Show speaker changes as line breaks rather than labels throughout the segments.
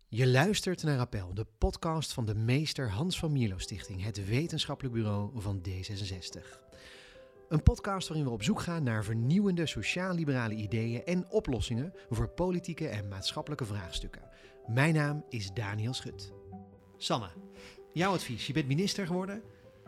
Je luistert naar Appel, de podcast van de meester Hans van Mierlo Stichting, het wetenschappelijk bureau van D66. Een podcast waarin we op zoek gaan naar vernieuwende sociaal-liberale ideeën en oplossingen voor politieke en maatschappelijke vraagstukken. Mijn naam is Daniel Schut. Sanne, jouw advies. Je bent minister geworden.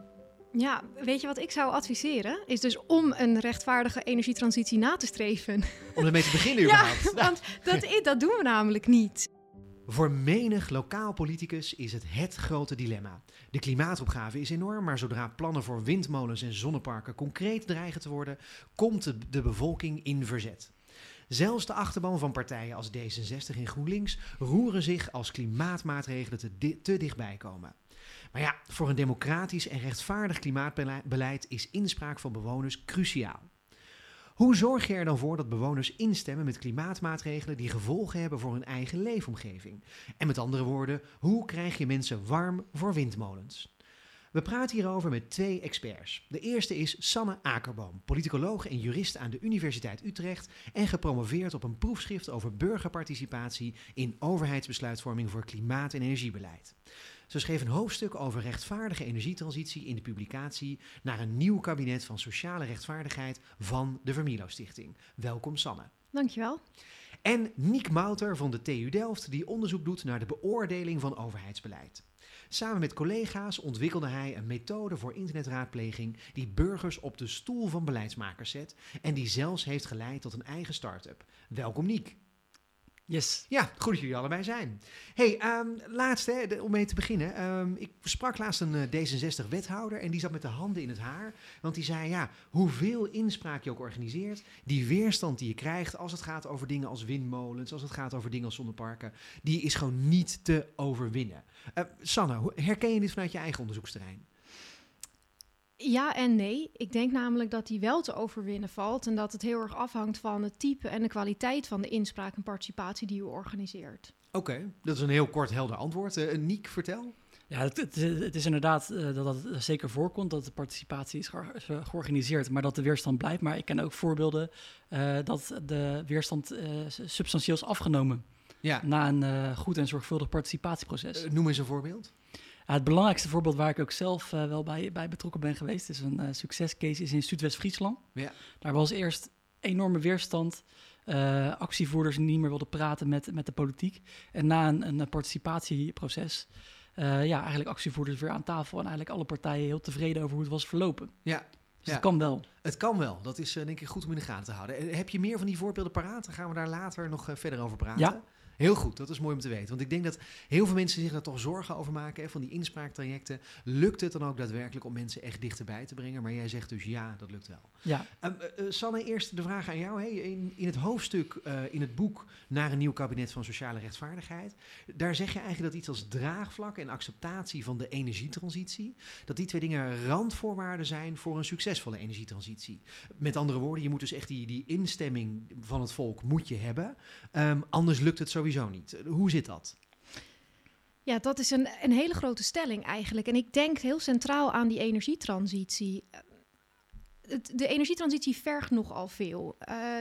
Ja, weet je wat ik zou adviseren? Is dus om een rechtvaardige energietransitie na te streven.
Om ermee te beginnen überhaupt.
Ja, want dat doen we namelijk niet.
Voor menig lokaal politicus is het grote dilemma. De klimaatopgave is enorm, maar zodra plannen voor windmolens en zonneparken concreet dreigen te worden, komt de bevolking in verzet. Zelfs de achterban van partijen als D66 en GroenLinks roeren zich als klimaatmaatregelen te dichtbij komen. Maar ja, voor een democratisch en rechtvaardig klimaatbeleid is inspraak van bewoners cruciaal. Hoe zorg je er dan voor dat bewoners instemmen met klimaatmaatregelen die gevolgen hebben voor hun eigen leefomgeving? En met andere woorden, hoe krijg je mensen warm voor windmolens? We praten hierover met 2 experts. De eerste is Sanne Akerboom, politicoloog en jurist aan de Universiteit Utrecht en gepromoveerd op een proefschrift over burgerparticipatie in overheidsbesluitvorming voor klimaat- en energiebeleid. Ze schreef een hoofdstuk over rechtvaardige energietransitie in de publicatie Naar een nieuw kabinet van sociale rechtvaardigheid van de Vermilo Stichting. Welkom Sanne.
Dankjewel.
En Niek Mouter van de TU Delft die onderzoek doet naar de beoordeling van overheidsbeleid. Samen met collega's ontwikkelde hij een methode voor internetraadpleging die burgers op de stoel van beleidsmakers zet en die zelfs heeft geleid tot een eigen start-up. Welkom Niek.
Yes.
Ja, goed dat jullie allebei zijn. Hey, laatst om mee te beginnen. Ik sprak laatst een D66-wethouder en die zat met de handen in het haar. Want die zei, ja, hoeveel inspraak je ook organiseert, die weerstand die je krijgt als het gaat over dingen als windmolens, als het gaat over dingen als zonneparken, die is gewoon niet te overwinnen. Sanne, herken je dit vanuit je eigen onderzoeksterrein?
Ja en nee. Ik denk namelijk dat die wel te overwinnen valt en dat het heel erg afhangt van het type en de kwaliteit van de inspraak en participatie die u organiseert.
Oké, dat is een heel kort helder antwoord. Niek, vertel.
Ja, het is inderdaad dat het zeker voorkomt dat de participatie is georganiseerd, maar dat de weerstand blijft. Maar ik ken ook voorbeelden dat de weerstand substantieel is afgenomen na een goed en zorgvuldig participatieproces.
Noem eens een voorbeeld.
Het belangrijkste voorbeeld waar ik ook zelf wel bij betrokken ben geweest, is een succescase, is in Zuidwest-Friesland. Ja. Daar was eerst enorme weerstand. Actievoerders niet meer wilden praten met de politiek. En na een participatieproces, eigenlijk actievoerders weer aan tafel en eigenlijk alle partijen heel tevreden over hoe het was verlopen. Ja. Dus het kan wel. Het
kan wel. Dat is denk ik goed om in de gaten te houden. Heb je meer van die voorbeelden paraat? Dan gaan we daar later nog verder over praten.
Ja.
Heel goed, dat is mooi om te weten. Want ik denk dat heel veel mensen zich daar toch zorgen over maken. Hè, van die inspraaktrajecten. Lukt het dan ook daadwerkelijk om mensen echt dichterbij te brengen? Maar jij zegt dus ja, dat lukt wel. Ja. Sanne, eerst de vraag aan jou. Hey, in het hoofdstuk, in het boek Naar een nieuw kabinet van sociale rechtvaardigheid. Daar zeg je eigenlijk dat iets als draagvlak en acceptatie van de energietransitie, dat die 2 dingen randvoorwaarden zijn voor een succesvolle energietransitie. Met andere woorden, je moet dus echt die instemming van het volk moet je hebben. Anders lukt het sowieso niet. Hoe zit dat?
Ja, dat is een hele grote stelling eigenlijk. En ik denk heel centraal aan die energietransitie. De energietransitie vergt nogal veel.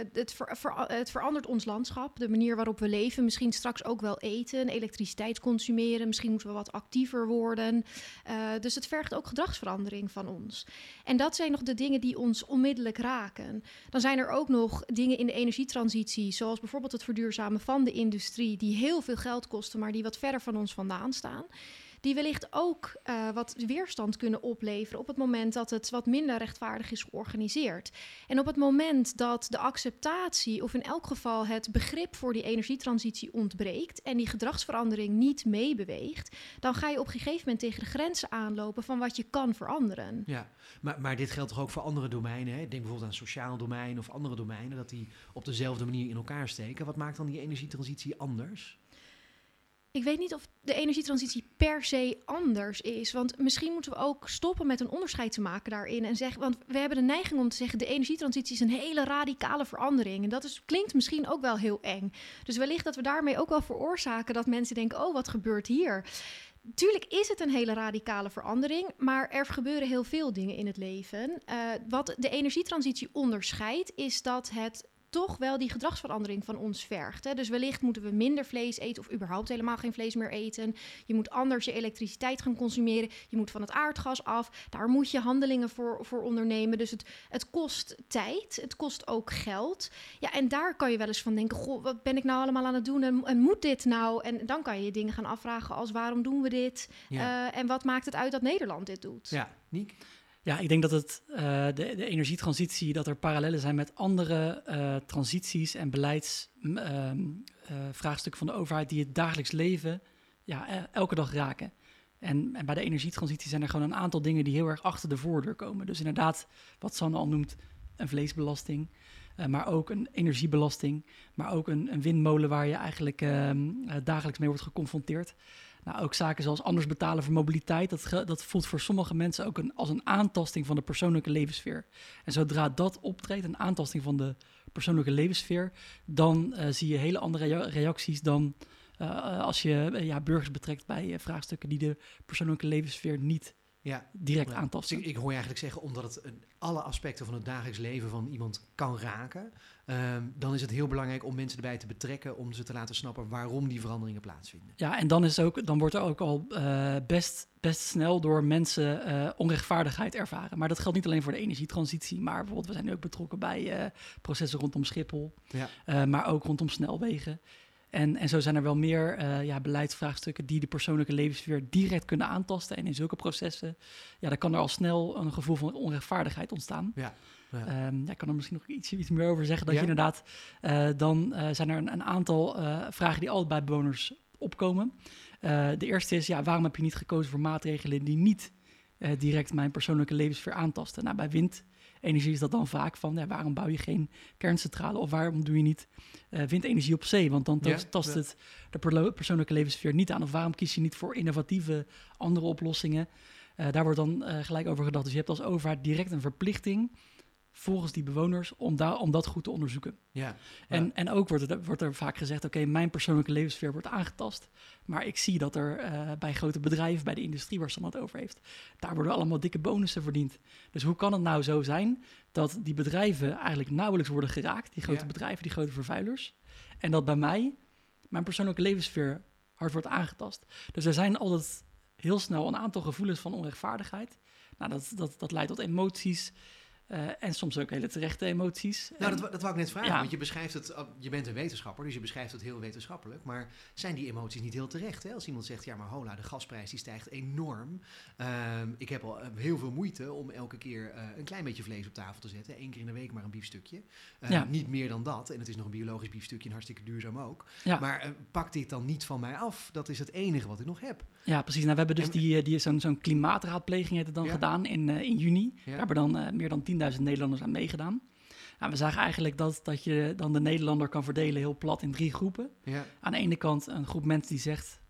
Het verandert ons landschap, de manier waarop we leven. Misschien straks ook wel eten, elektriciteit consumeren. Misschien moeten we wat actiever worden. Dus het vergt ook gedragsverandering van ons. En dat zijn nog de dingen die ons onmiddellijk raken. Dan zijn er ook nog dingen in de energietransitie, zoals bijvoorbeeld het verduurzamen van de industrie, die heel veel geld kosten, maar die wat verder van ons vandaan staan. Die wellicht ook wat weerstand kunnen opleveren op het moment dat het wat minder rechtvaardig is georganiseerd. En op het moment dat de acceptatie of in elk geval het begrip voor die energietransitie ontbreekt en die gedragsverandering niet meebeweegt, dan ga je op een gegeven moment tegen de grenzen aanlopen van wat je kan veranderen.
Ja, maar dit geldt toch ook voor andere domeinen? Hè? Denk bijvoorbeeld aan sociaal domein of andere domeinen, dat die op dezelfde manier in elkaar steken. Wat maakt dan die energietransitie anders?
Ik weet niet of de energietransitie per se anders is. Want misschien moeten we ook stoppen met een onderscheid te maken daarin. En zeggen, want we hebben de neiging om te zeggen, de energietransitie is een hele radicale verandering. En dat klinkt misschien ook wel heel eng. Dus wellicht dat we daarmee ook wel veroorzaken dat mensen denken, oh, wat gebeurt hier? Tuurlijk is het een hele radicale verandering, maar er gebeuren heel veel dingen in het leven. Wat de energietransitie onderscheidt, is dat het toch wel die gedragsverandering van ons vergt. Hè? Dus wellicht moeten we minder vlees eten of überhaupt helemaal geen vlees meer eten. Je moet anders je elektriciteit gaan consumeren. Je moet van het aardgas af. Daar moet je handelingen voor ondernemen. Dus het kost tijd. Het kost ook geld. Ja, en daar kan je wel eens van denken, goh, wat ben ik nou allemaal aan het doen? En moet dit nou? En dan kan je je dingen gaan afvragen als waarom doen we dit? Ja. En wat maakt het uit dat Nederland dit doet?
Ja, Niek?
Ja, ik denk dat de energietransitie, dat er parallellen zijn met andere transities en beleidsvraagstukken van de overheid die het dagelijks leven elke dag raken. En bij de energietransitie zijn er gewoon een aantal dingen die heel erg achter de voordeur komen. Dus inderdaad, wat Sanne al noemt, een vleesbelasting, maar ook een energiebelasting, maar ook een windmolen waar je eigenlijk dagelijks mee wordt geconfronteerd. Nou, ook zaken zoals anders betalen voor mobiliteit, dat voelt voor sommige mensen ook als een aantasting van de persoonlijke levenssfeer. En zodra dat optreedt, een aantasting van de persoonlijke levenssfeer, dan zie je hele andere reacties dan als je burgers betrekt bij vraagstukken die de persoonlijke levenssfeer niet direct aantasten.
Dus ik hoor je eigenlijk zeggen, omdat het alle aspecten van het dagelijks leven van iemand kan raken, dan is het heel belangrijk om mensen erbij te betrekken, om ze te laten snappen waarom die veranderingen plaatsvinden.
Ja, en dan wordt er ook al best snel door mensen onrechtvaardigheid ervaren. Maar dat geldt niet alleen voor de energietransitie, maar bijvoorbeeld we zijn nu ook betrokken bij processen rondom Schiphol, maar ook rondom snelwegen. En zo zijn er wel meer beleidsvraagstukken die de persoonlijke levenssfeer direct kunnen aantasten. En in zulke processen, daar kan er al snel een gevoel van onrechtvaardigheid ontstaan. Ja. Ik kan er misschien nog iets meer over zeggen. Dat je inderdaad, dan zijn er een aantal vragen die altijd bij bewoners opkomen. De eerste is, waarom heb je niet gekozen voor maatregelen die niet direct mijn persoonlijke levenssfeer aantasten? Nou, bij windenergie is dat dan vaak van, waarom bouw je geen kerncentrale? Of waarom doe je niet windenergie op zee? Want dan tast het de persoonlijke levenssfeer niet aan. Of waarom kies je niet voor innovatieve andere oplossingen? Daar wordt dan gelijk over gedacht. Dus je hebt als overheid direct een verplichting volgens die bewoners om dat goed te onderzoeken. Ja. En ook wordt er vaak gezegd, oké, mijn persoonlijke levenssfeer wordt aangetast. Maar ik zie dat er bij grote bedrijven, bij de industrie waar Sanne het over heeft, daar worden allemaal dikke bonussen verdiend. Dus hoe kan het nou zo zijn dat die bedrijven eigenlijk nauwelijks worden geraakt, die grote bedrijven, die grote vervuilers, en dat bij mij mijn persoonlijke levenssfeer hard wordt aangetast? Dus er zijn altijd heel snel een aantal gevoelens van onrechtvaardigheid. Nou, dat leidt tot emoties. En soms ook hele terechte emoties.
Nou, dat wou ik net vragen, want je beschrijft het, je bent een wetenschapper, dus je beschrijft het heel wetenschappelijk, maar zijn die emoties niet heel terecht? Hè? Als iemand zegt, maar hola, de gasprijs die stijgt enorm. Ik heb al heel veel moeite om elke keer een klein beetje vlees op tafel te zetten. 1 keer in de week maar een biefstukje. Niet meer dan dat. En het is nog een biologisch biefstukje en hartstikke duurzaam ook. Ja. Maar pak dit dan niet van mij af. Dat is het enige wat ik nog heb.
Ja, precies. Nou, we hebben dus zo'n klimaatraadpleging heeft het dan gedaan in juni. Ja. Daar hebben dan meer dan 10.000 Nederlanders aan meegedaan. Nou, we zagen eigenlijk dat je dan de Nederlander kan verdelen heel plat in 3 groepen. Ja. Aan de ene kant een groep mensen die zegt,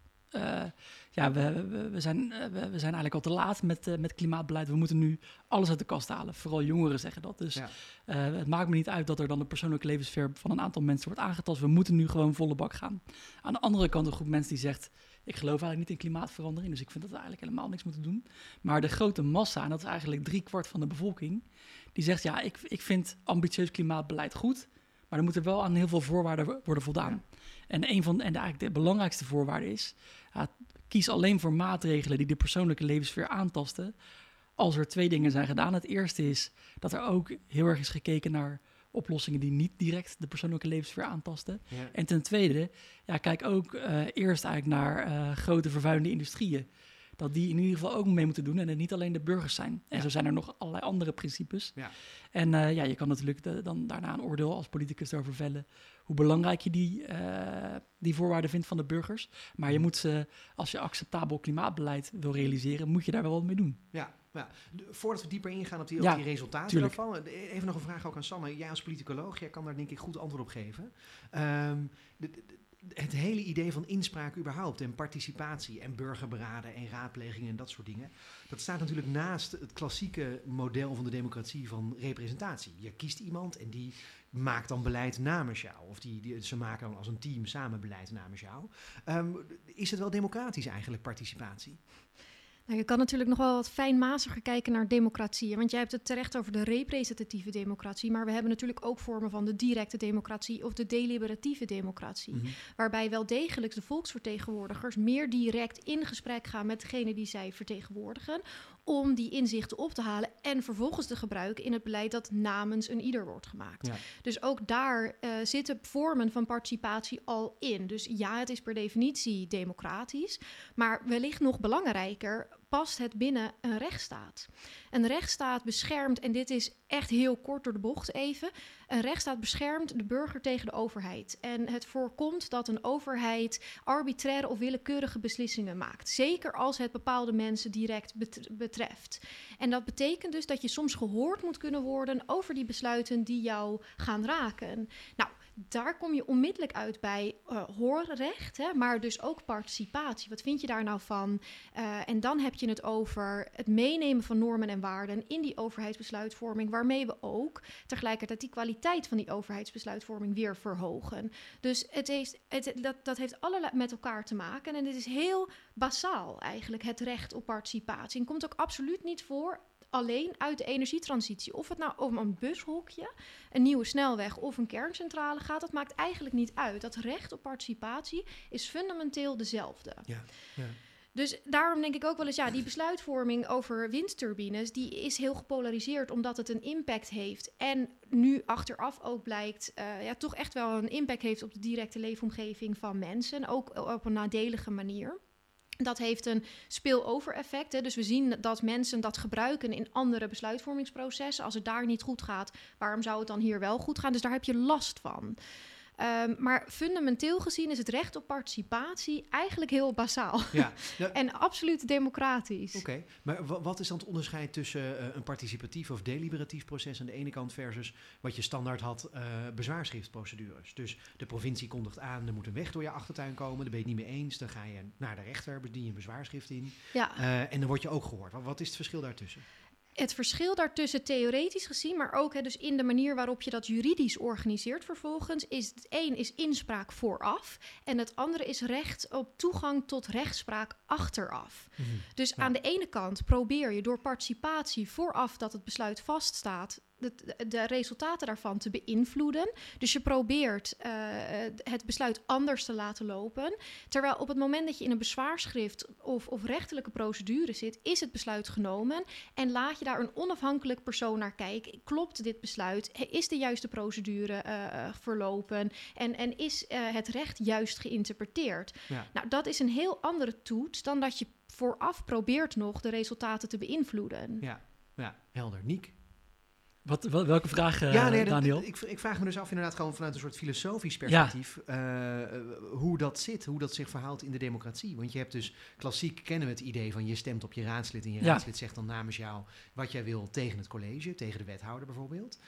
we zijn eigenlijk al te laat met klimaatbeleid. We moeten nu alles uit de kast halen. Vooral jongeren zeggen dat. Dus het maakt me niet uit dat er dan de persoonlijke levenssfeer van een aantal mensen wordt aangetast. We moeten nu gewoon volle bak gaan. Aan de andere kant een groep mensen die zegt, ik geloof eigenlijk niet in klimaatverandering, dus ik vind dat we eigenlijk helemaal niks moeten doen. Maar de grote massa, en dat is eigenlijk 3/4 van de bevolking, die zegt, ik vind ambitieus klimaatbeleid goed, maar er moeten wel aan heel veel voorwaarden worden voldaan. Ja. En eigenlijk de belangrijkste voorwaarde is, kies alleen voor maatregelen die de persoonlijke levenssfeer aantasten, als er 2 dingen zijn gedaan. Het eerste is dat er ook heel erg is gekeken naar oplossingen die niet direct de persoonlijke levenssfeer aantasten. Ja. En ten tweede, kijk ook eerst eigenlijk naar grote vervuilende industrieën. Dat die in ieder geval ook mee moeten doen en het niet alleen de burgers zijn. En zo zijn er nog allerlei andere principes. Ja. En je kan natuurlijk dan daarna een oordeel als politicus erover vellen hoe belangrijk je die voorwaarden vindt van de burgers. Maar je moet ze, als je acceptabel klimaatbeleid wil realiseren, moet je daar wel wat mee doen.
Ja. Ja, voordat we dieper ingaan op die resultaten daarvan, even nog een vraag ook aan Sanne. Jij als politicoloog, jij kan daar denk ik goed antwoord op geven. Het hele idee van inspraak überhaupt en participatie en burgerberaden en raadplegingen en dat soort dingen, dat staat natuurlijk naast het klassieke model van de democratie van representatie. Je kiest iemand en die maakt dan beleid namens jou. Of ze maken dan als een team samen beleid namens jou. Is het wel democratisch eigenlijk, participatie?
Nou, je kan natuurlijk nog wel wat fijnmaziger kijken naar democratie. Want jij hebt het terecht over de representatieve democratie. Maar we hebben natuurlijk ook vormen van de directe democratie of de deliberatieve democratie. Mm-hmm. Waarbij wel degelijk de volksvertegenwoordigers meer direct in gesprek gaan met degene die zij vertegenwoordigen. Om die inzichten op te halen en vervolgens te gebruiken in het beleid dat namens een ieder wordt gemaakt. Ja. Dus ook daar zitten vormen van participatie al in. Dus ja, het is per definitie democratisch. Maar wellicht nog belangrijker, past het binnen een rechtsstaat. Een rechtsstaat beschermt, en dit is echt heel kort door de bocht even, een rechtsstaat beschermt de burger tegen de overheid. En het voorkomt dat een overheid arbitraire of willekeurige beslissingen maakt. Zeker als het bepaalde mensen direct betreft. En dat betekent dus dat je soms gehoord moet kunnen worden over die besluiten die jou gaan raken. Nou, daar kom je onmiddellijk uit bij hoorrecht, hè, maar dus ook participatie. Wat vind je daar nou van? En dan heb je het over het meenemen van normen en waarden in die overheidsbesluitvorming, waarmee we ook tegelijkertijd die kwaliteit van die overheidsbesluitvorming weer verhogen. Dus dat heeft allerlei met elkaar te maken. En het is heel basaal eigenlijk, het recht op participatie. En komt ook absoluut niet voor alleen uit de energietransitie. Of het nou om een bushokje, een nieuwe snelweg of een kerncentrale gaat, dat maakt eigenlijk niet uit. Dat recht op participatie is fundamenteel dezelfde. Ja. Dus daarom denk ik ook wel eens, die besluitvorming over windturbines, die is heel gepolariseerd omdat het een impact heeft. En nu achteraf ook blijkt, toch echt wel een impact heeft op de directe leefomgeving van mensen. Ook op een nadelige manier. Dat heeft een spill-over effect. Hè. Dus we zien dat mensen dat gebruiken in andere besluitvormingsprocessen. Als het daar niet goed gaat, waarom zou het dan hier wel goed gaan? Dus daar heb je last van. Maar fundamenteel gezien is het recht op participatie eigenlijk heel basaal. Ja. En absoluut democratisch.
Oké, maar wat is dan het onderscheid tussen een participatief of deliberatief proces aan de ene kant versus wat je standaard had, bezwaarschriftprocedures? Dus de provincie kondigt aan, er moet een weg door je achtertuin komen, daar ben je het niet mee eens, dan ga je naar de rechter, bedien je een bezwaarschrift in. Ja. En dan word je ook gehoord. Wat is het verschil daartussen?
Het verschil daartussen theoretisch gezien, maar ook dus in de manier waarop je dat juridisch organiseert vervolgens, is het een is inspraak vooraf en het andere is recht op toegang tot rechtspraak achteraf. Mm-hmm. Dus aan de ene kant probeer je door participatie vooraf dat het besluit vaststaat, de resultaten daarvan te beïnvloeden. Dus je probeert het besluit anders te laten lopen. Terwijl op het moment dat je in een bezwaarschrift of rechterlijke procedure zit, is het besluit genomen en laat je daar een onafhankelijk persoon naar kijken. Klopt dit besluit? Is de juiste procedure verlopen? En is het recht juist geïnterpreteerd? Ja. Nou, dat is een heel andere toets dan dat je vooraf probeert nog de resultaten te beïnvloeden.
Ja, helder. Niek?
Welke vraag, Daniel?
Ik vraag me dus af inderdaad gewoon vanuit een soort filosofisch perspectief hoe dat zit, hoe dat zich verhoudt in de democratie. Want je hebt dus, klassiek kennen we het idee van je stemt op je raadslid en je raadslid zegt dan namens jou wat jij wil tegen het college, tegen de wethouder bijvoorbeeld.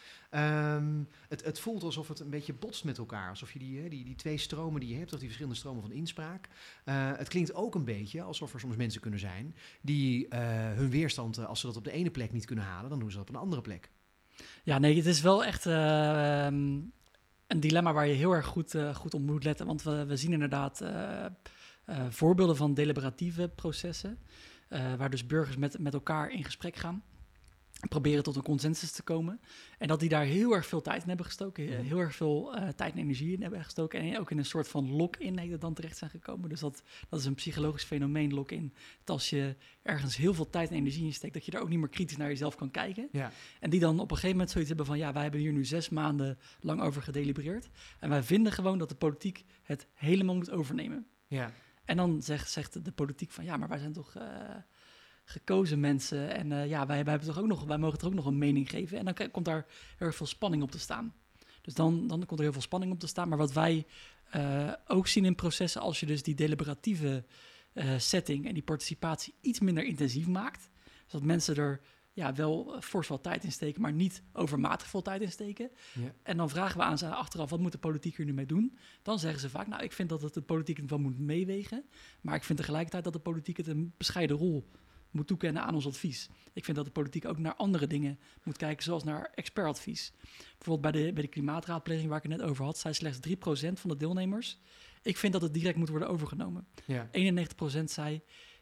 Het voelt alsof het een beetje botst met elkaar, alsof je die twee stromen die je hebt, of die verschillende stromen van inspraak. Het klinkt ook een beetje alsof er soms mensen kunnen zijn die hun weerstand, als ze dat op de ene plek niet kunnen halen, dan doen ze dat op een andere plek.
Ja, nee, het is wel echt een dilemma waar je heel erg goed op moet letten. Want we zien inderdaad voorbeelden van deliberatieve processen, waar dus burgers met elkaar in gesprek gaan. Proberen tot een consensus te komen. En dat die daar heel erg veel tijd in hebben gestoken. Heel erg veel tijd en energie in hebben gestoken. En ook in een soort van lock-in heet het dan terecht zijn gekomen. Dus dat is een psychologisch fenomeen, lock-in. Dat als je ergens heel veel tijd en energie in steekt, dat je daar ook niet meer kritisch naar jezelf kan kijken. Ja. En die dan op een gegeven moment zoiets hebben van, wij hebben hier nu 6 maanden lang over gedelibereerd. En wij vinden gewoon dat de politiek het helemaal moet overnemen. Ja. En dan zegt de politiek van, maar wij zijn toch gekozen mensen en wij mogen toch ook nog een mening geven. En dan komt daar heel erg veel spanning op te staan. Dus dan komt er heel veel spanning op te staan. Maar wat wij ook zien in processen, als je dus die deliberatieve setting en die participatie iets minder intensief maakt, zodat mensen er wel fors wat tijd in steken, maar niet overmatig veel tijd in steken. Ja. En dan vragen we aan ze achteraf, wat moet de politiek hier nu mee doen? Dan zeggen ze vaak, ik vind dat de politiek het wel moet meewegen, maar ik vind tegelijkertijd dat de politiek het een bescheiden rol moet toekennen aan ons advies. Ik vind dat de politiek ook naar andere dingen moet kijken, zoals naar expertadvies. Bijvoorbeeld bij de klimaatraadpleging waar ik het net over had, zei slechts 3% van de deelnemers, ik vind dat het direct moet worden overgenomen. Ja. 91% zei,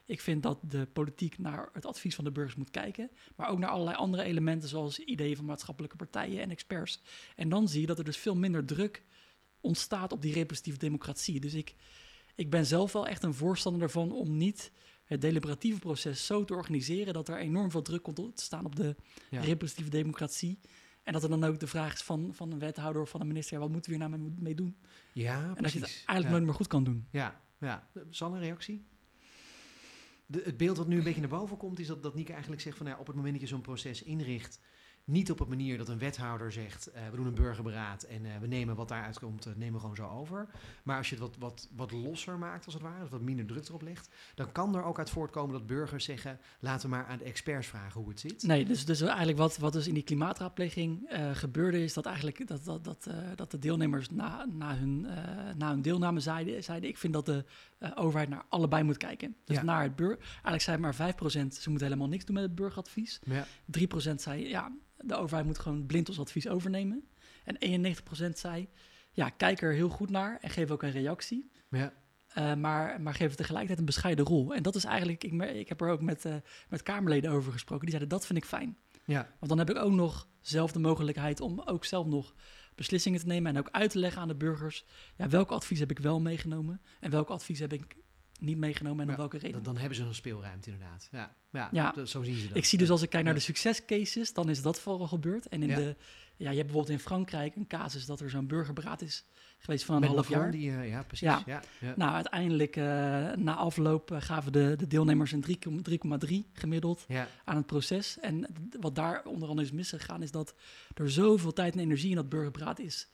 Ik vind dat de politiek naar het advies van de burgers moet kijken, maar ook naar allerlei andere elementen zoals ideeën van maatschappelijke partijen en experts. En dan zie je dat er dus veel minder druk ontstaat op die representatieve democratie. Dus ik ben zelf wel echt een voorstander ervan om niet het deliberatieve proces zo te organiseren dat er enorm veel druk komt te staan op de representatieve democratie. En dat er dan ook de vraag is van een wethouder of van een minister, wat moeten we hier nou mee doen?
Ja,
en
precies.
dat je het eigenlijk nooit meer goed kan doen.
Ja. Zal een reactie? Het beeld wat nu een beetje naar boven komt, is dat Nieke eigenlijk zegt van op het moment dat je zo'n proces inricht, niet op een manier dat een wethouder zegt, we doen een burgerberaad en we nemen wat daaruit komt, nemen we gewoon zo over. Maar als je het wat losser maakt, als het ware, dus wat minder druk erop legt, dan kan er ook uit voortkomen dat burgers zeggen, laten we maar aan de experts vragen hoe het zit.
Nee, dus eigenlijk wat dus in die klimaatraadpleging gebeurde, is dat eigenlijk dat de deelnemers na hun deelname zeiden, ik vind dat de overheid naar allebei moet kijken. Dus naar het eigenlijk zei maar 5%, ze moeten helemaal niks doen met het burgeradvies. Ja. 3% zei, de overheid moet gewoon blind ons advies overnemen. En 91% zei, kijk er heel goed naar en geef ook een reactie. Ja. Maar geef tegelijkertijd een bescheiden rol. En dat is eigenlijk, ik heb er ook met Kamerleden over gesproken. Die zeiden, dat vind ik fijn. Ja. Want dan heb ik ook nog zelf de mogelijkheid om ook zelf nog beslissingen te nemen en ook uit te leggen aan de burgers. Welk advies heb ik wel meegenomen en welk advies heb ik niet meegenomen en om welke reden.
Dan hebben ze een speelruimte inderdaad. Zo zien ze dat.
Ik zie dus als ik kijk naar de succescases, dan is dat vooral gebeurd. En je hebt bijvoorbeeld in Frankrijk een casus dat er zo'n burgerberaad is geweest van een half jaar.
Precies. Ja.
Nou, uiteindelijk na afloop gaven de deelnemers een 3,3 gemiddeld aan het proces. En wat daar onder andere is misgegaan, is dat er zoveel tijd en energie in dat burgerberaad is.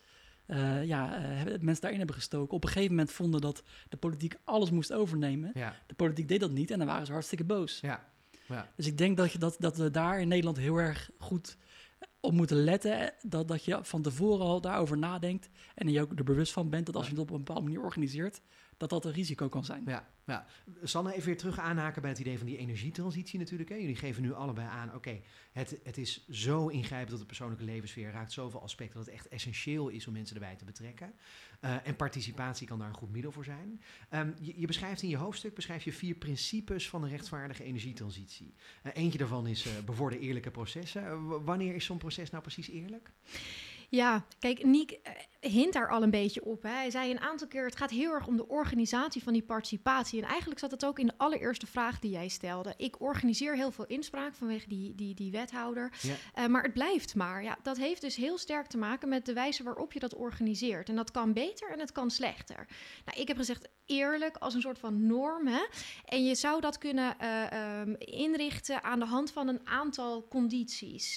Mensen daarin hebben gestoken. Op een gegeven moment vonden dat de politiek alles moest overnemen. Ja. De politiek deed dat niet en dan waren ze hartstikke boos. Ja. Dus ik denk dat we daar in Nederland heel erg goed op moeten letten. Dat je van tevoren al daarover nadenkt en je ook er bewust van bent dat als je het op een bepaalde manier organiseert, dat een risico kan zijn.
Ja. Sanne, even weer terug aanhaken bij het idee van die energietransitie natuurlijk. Hè. Jullie geven nu allebei aan, het is zo ingrijpend op de persoonlijke levenssfeer, raakt zoveel aspecten dat het echt essentieel is om mensen erbij te betrekken. En participatie kan daar een goed middel voor zijn. Je beschrijft in je hoofdstuk 4 principes van een rechtvaardige energietransitie. Eentje daarvan is bevorder eerlijke processen. Wanneer is zo'n proces nou precies eerlijk?
Ja, kijk, Niek hint daar al een beetje op. Hè. Hij zei een aantal keer, het gaat heel erg om de organisatie van die participatie. En eigenlijk zat het ook in de allereerste vraag die jij stelde. Ik organiseer heel veel inspraak vanwege die wethouder. Ja. Maar het blijft maar. Ja, dat heeft dus heel sterk te maken met de wijze waarop je dat organiseert. En dat kan beter en het kan slechter. Nou, ik heb gezegd eerlijk als een soort van norm. Hè. En je zou dat kunnen inrichten aan de hand van een aantal condities.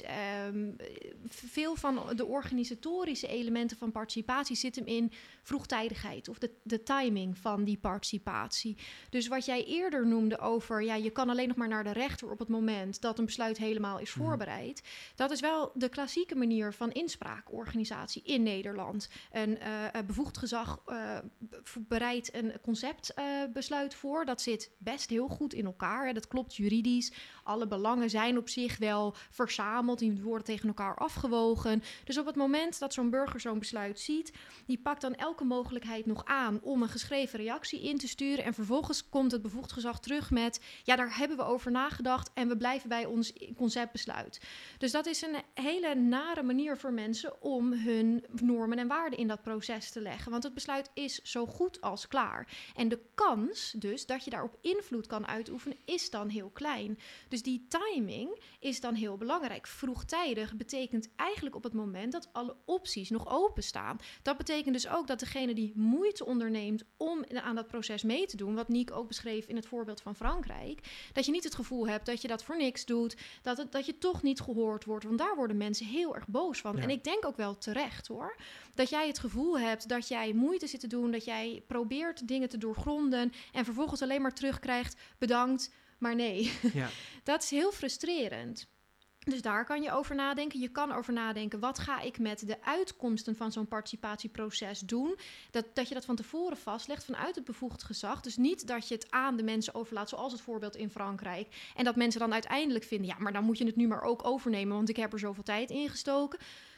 Veel van de organisatorische elementen van participatie zit hem in vroegtijdigheid of de timing van die participatie. Dus wat jij eerder noemde over, je kan alleen nog maar naar de rechter op het moment dat een besluit helemaal is voorbereid. Dat is wel de klassieke manier van inspraakorganisatie in Nederland. Een bevoegd gezag bereidt een conceptbesluit voor. Dat zit best heel goed in elkaar. Hè. Dat klopt juridisch. Alle belangen zijn op zich wel verzameld. Die worden tegen elkaar afgewogen. Dus op het moment dat zo'n burger zo'n besluit ziet, die pakt dan elke mogelijkheid nog aan om een geschreven reactie in te sturen. En vervolgens komt het bevoegd gezag terug met, daar hebben we over nagedacht en we blijven bij ons conceptbesluit. Dus dat is een hele nare manier voor mensen om hun normen en waarden in dat proces te leggen. Want het besluit is zo goed als klaar. En de kans dus dat je daarop invloed kan uitoefenen is dan heel klein. Dus die timing is dan heel belangrijk. Vroegtijdig betekent eigenlijk op het moment dat alle opties nog openstaan. Dat betekent dus ook dat degene die moeite onderneemt om aan dat proces mee te doen, wat Niek ook beschreef in het voorbeeld van Frankrijk, dat je niet het gevoel hebt dat je dat voor niks doet, dat je toch niet gehoord wordt, want daar worden mensen heel erg boos van. Ja. En ik denk ook wel terecht hoor, dat jij het gevoel hebt dat jij moeite zit te doen, dat jij probeert dingen te doorgronden en vervolgens alleen maar terugkrijgt, bedankt, maar nee. Ja. Dat is heel frustrerend. Dus daar kan je over nadenken. Je kan over nadenken, wat ga ik met de uitkomsten van zo'n participatieproces doen? Dat je dat van tevoren vastlegt vanuit het bevoegd gezag. Dus niet dat je het aan de mensen overlaat, zoals het voorbeeld in Frankrijk. En dat mensen dan uiteindelijk vinden, maar dan moet je het nu maar ook overnemen, want ik heb er zoveel tijd in gestoken.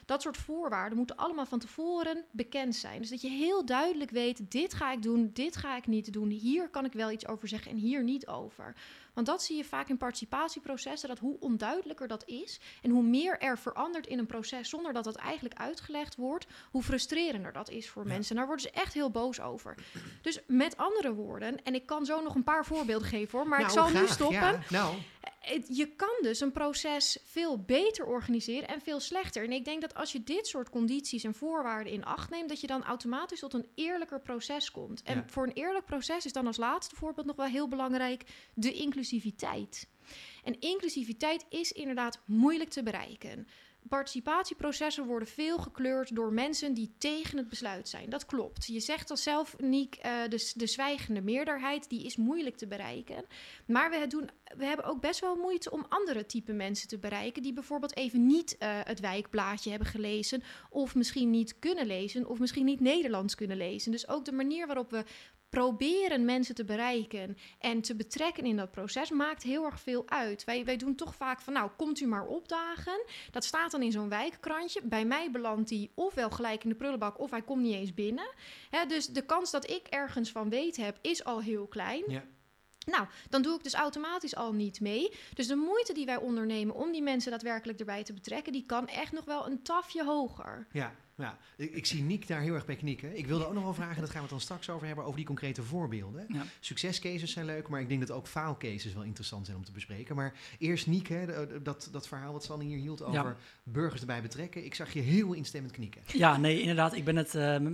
Dat soort voorwaarden moeten allemaal van tevoren bekend zijn. Dus dat je heel duidelijk weet, dit ga ik doen, dit ga ik niet doen. Hier kan ik wel iets over zeggen en hier niet over. Want dat zie je vaak in participatieprocessen, dat hoe onduidelijker dat is en hoe meer er verandert in een proces zonder dat dat eigenlijk uitgelegd wordt, hoe frustrerender dat is voor mensen. En daar worden ze echt heel boos over. Dus met andere woorden, en ik kan zo nog een paar voorbeelden geven hoor, maar ik zal nu stoppen.
Ja,
Je kan dus een proces veel beter organiseren en veel slechter. En ik denk dat als je dit soort condities en voorwaarden in acht neemt, dat je dan automatisch tot een eerlijker proces komt. En voor een eerlijk proces is dan als laatste voorbeeld nog wel heel belangrijk de inclusiviteit. En inclusiviteit is inderdaad moeilijk te bereiken. Participatieprocessen worden veel gekleurd door mensen die tegen het besluit zijn. Dat klopt. Je zegt al zelf, Niek, de zwijgende meerderheid, die is moeilijk te bereiken. Maar we hebben ook best wel moeite om andere type mensen te bereiken, die bijvoorbeeld even niet het wijkblaadje hebben gelezen, of misschien niet kunnen lezen, of misschien niet Nederlands kunnen lezen. Dus ook de manier waarop we proberen mensen te bereiken en te betrekken in dat proces maakt heel erg veel uit. Wij doen toch vaak van, nou, komt u maar opdagen. Dat staat dan in zo'n wijkkrantje. Bij mij belandt die ofwel gelijk in de prullenbak of hij komt niet eens binnen. Dus de kans dat ik ergens van weet heb is al heel klein. Ja. Nou, dan doe ik dus automatisch al niet mee. Dus de moeite die wij ondernemen om die mensen daadwerkelijk erbij te betrekken, die kan echt nog wel een tafje hoger.
Ja. Ik zie Niek daar heel erg bij knikken. Ik wilde ook nog wel vragen, dat gaan we het dan straks over hebben, over die concrete voorbeelden. Ja. Succescases zijn leuk, maar ik denk dat ook faalcases wel interessant zijn om te bespreken. Maar eerst Niek, dat verhaal wat Sanne hier hield over burgers erbij betrekken. Ik zag je heel instemmend knikken.
Ja, nee, inderdaad. Ik ben het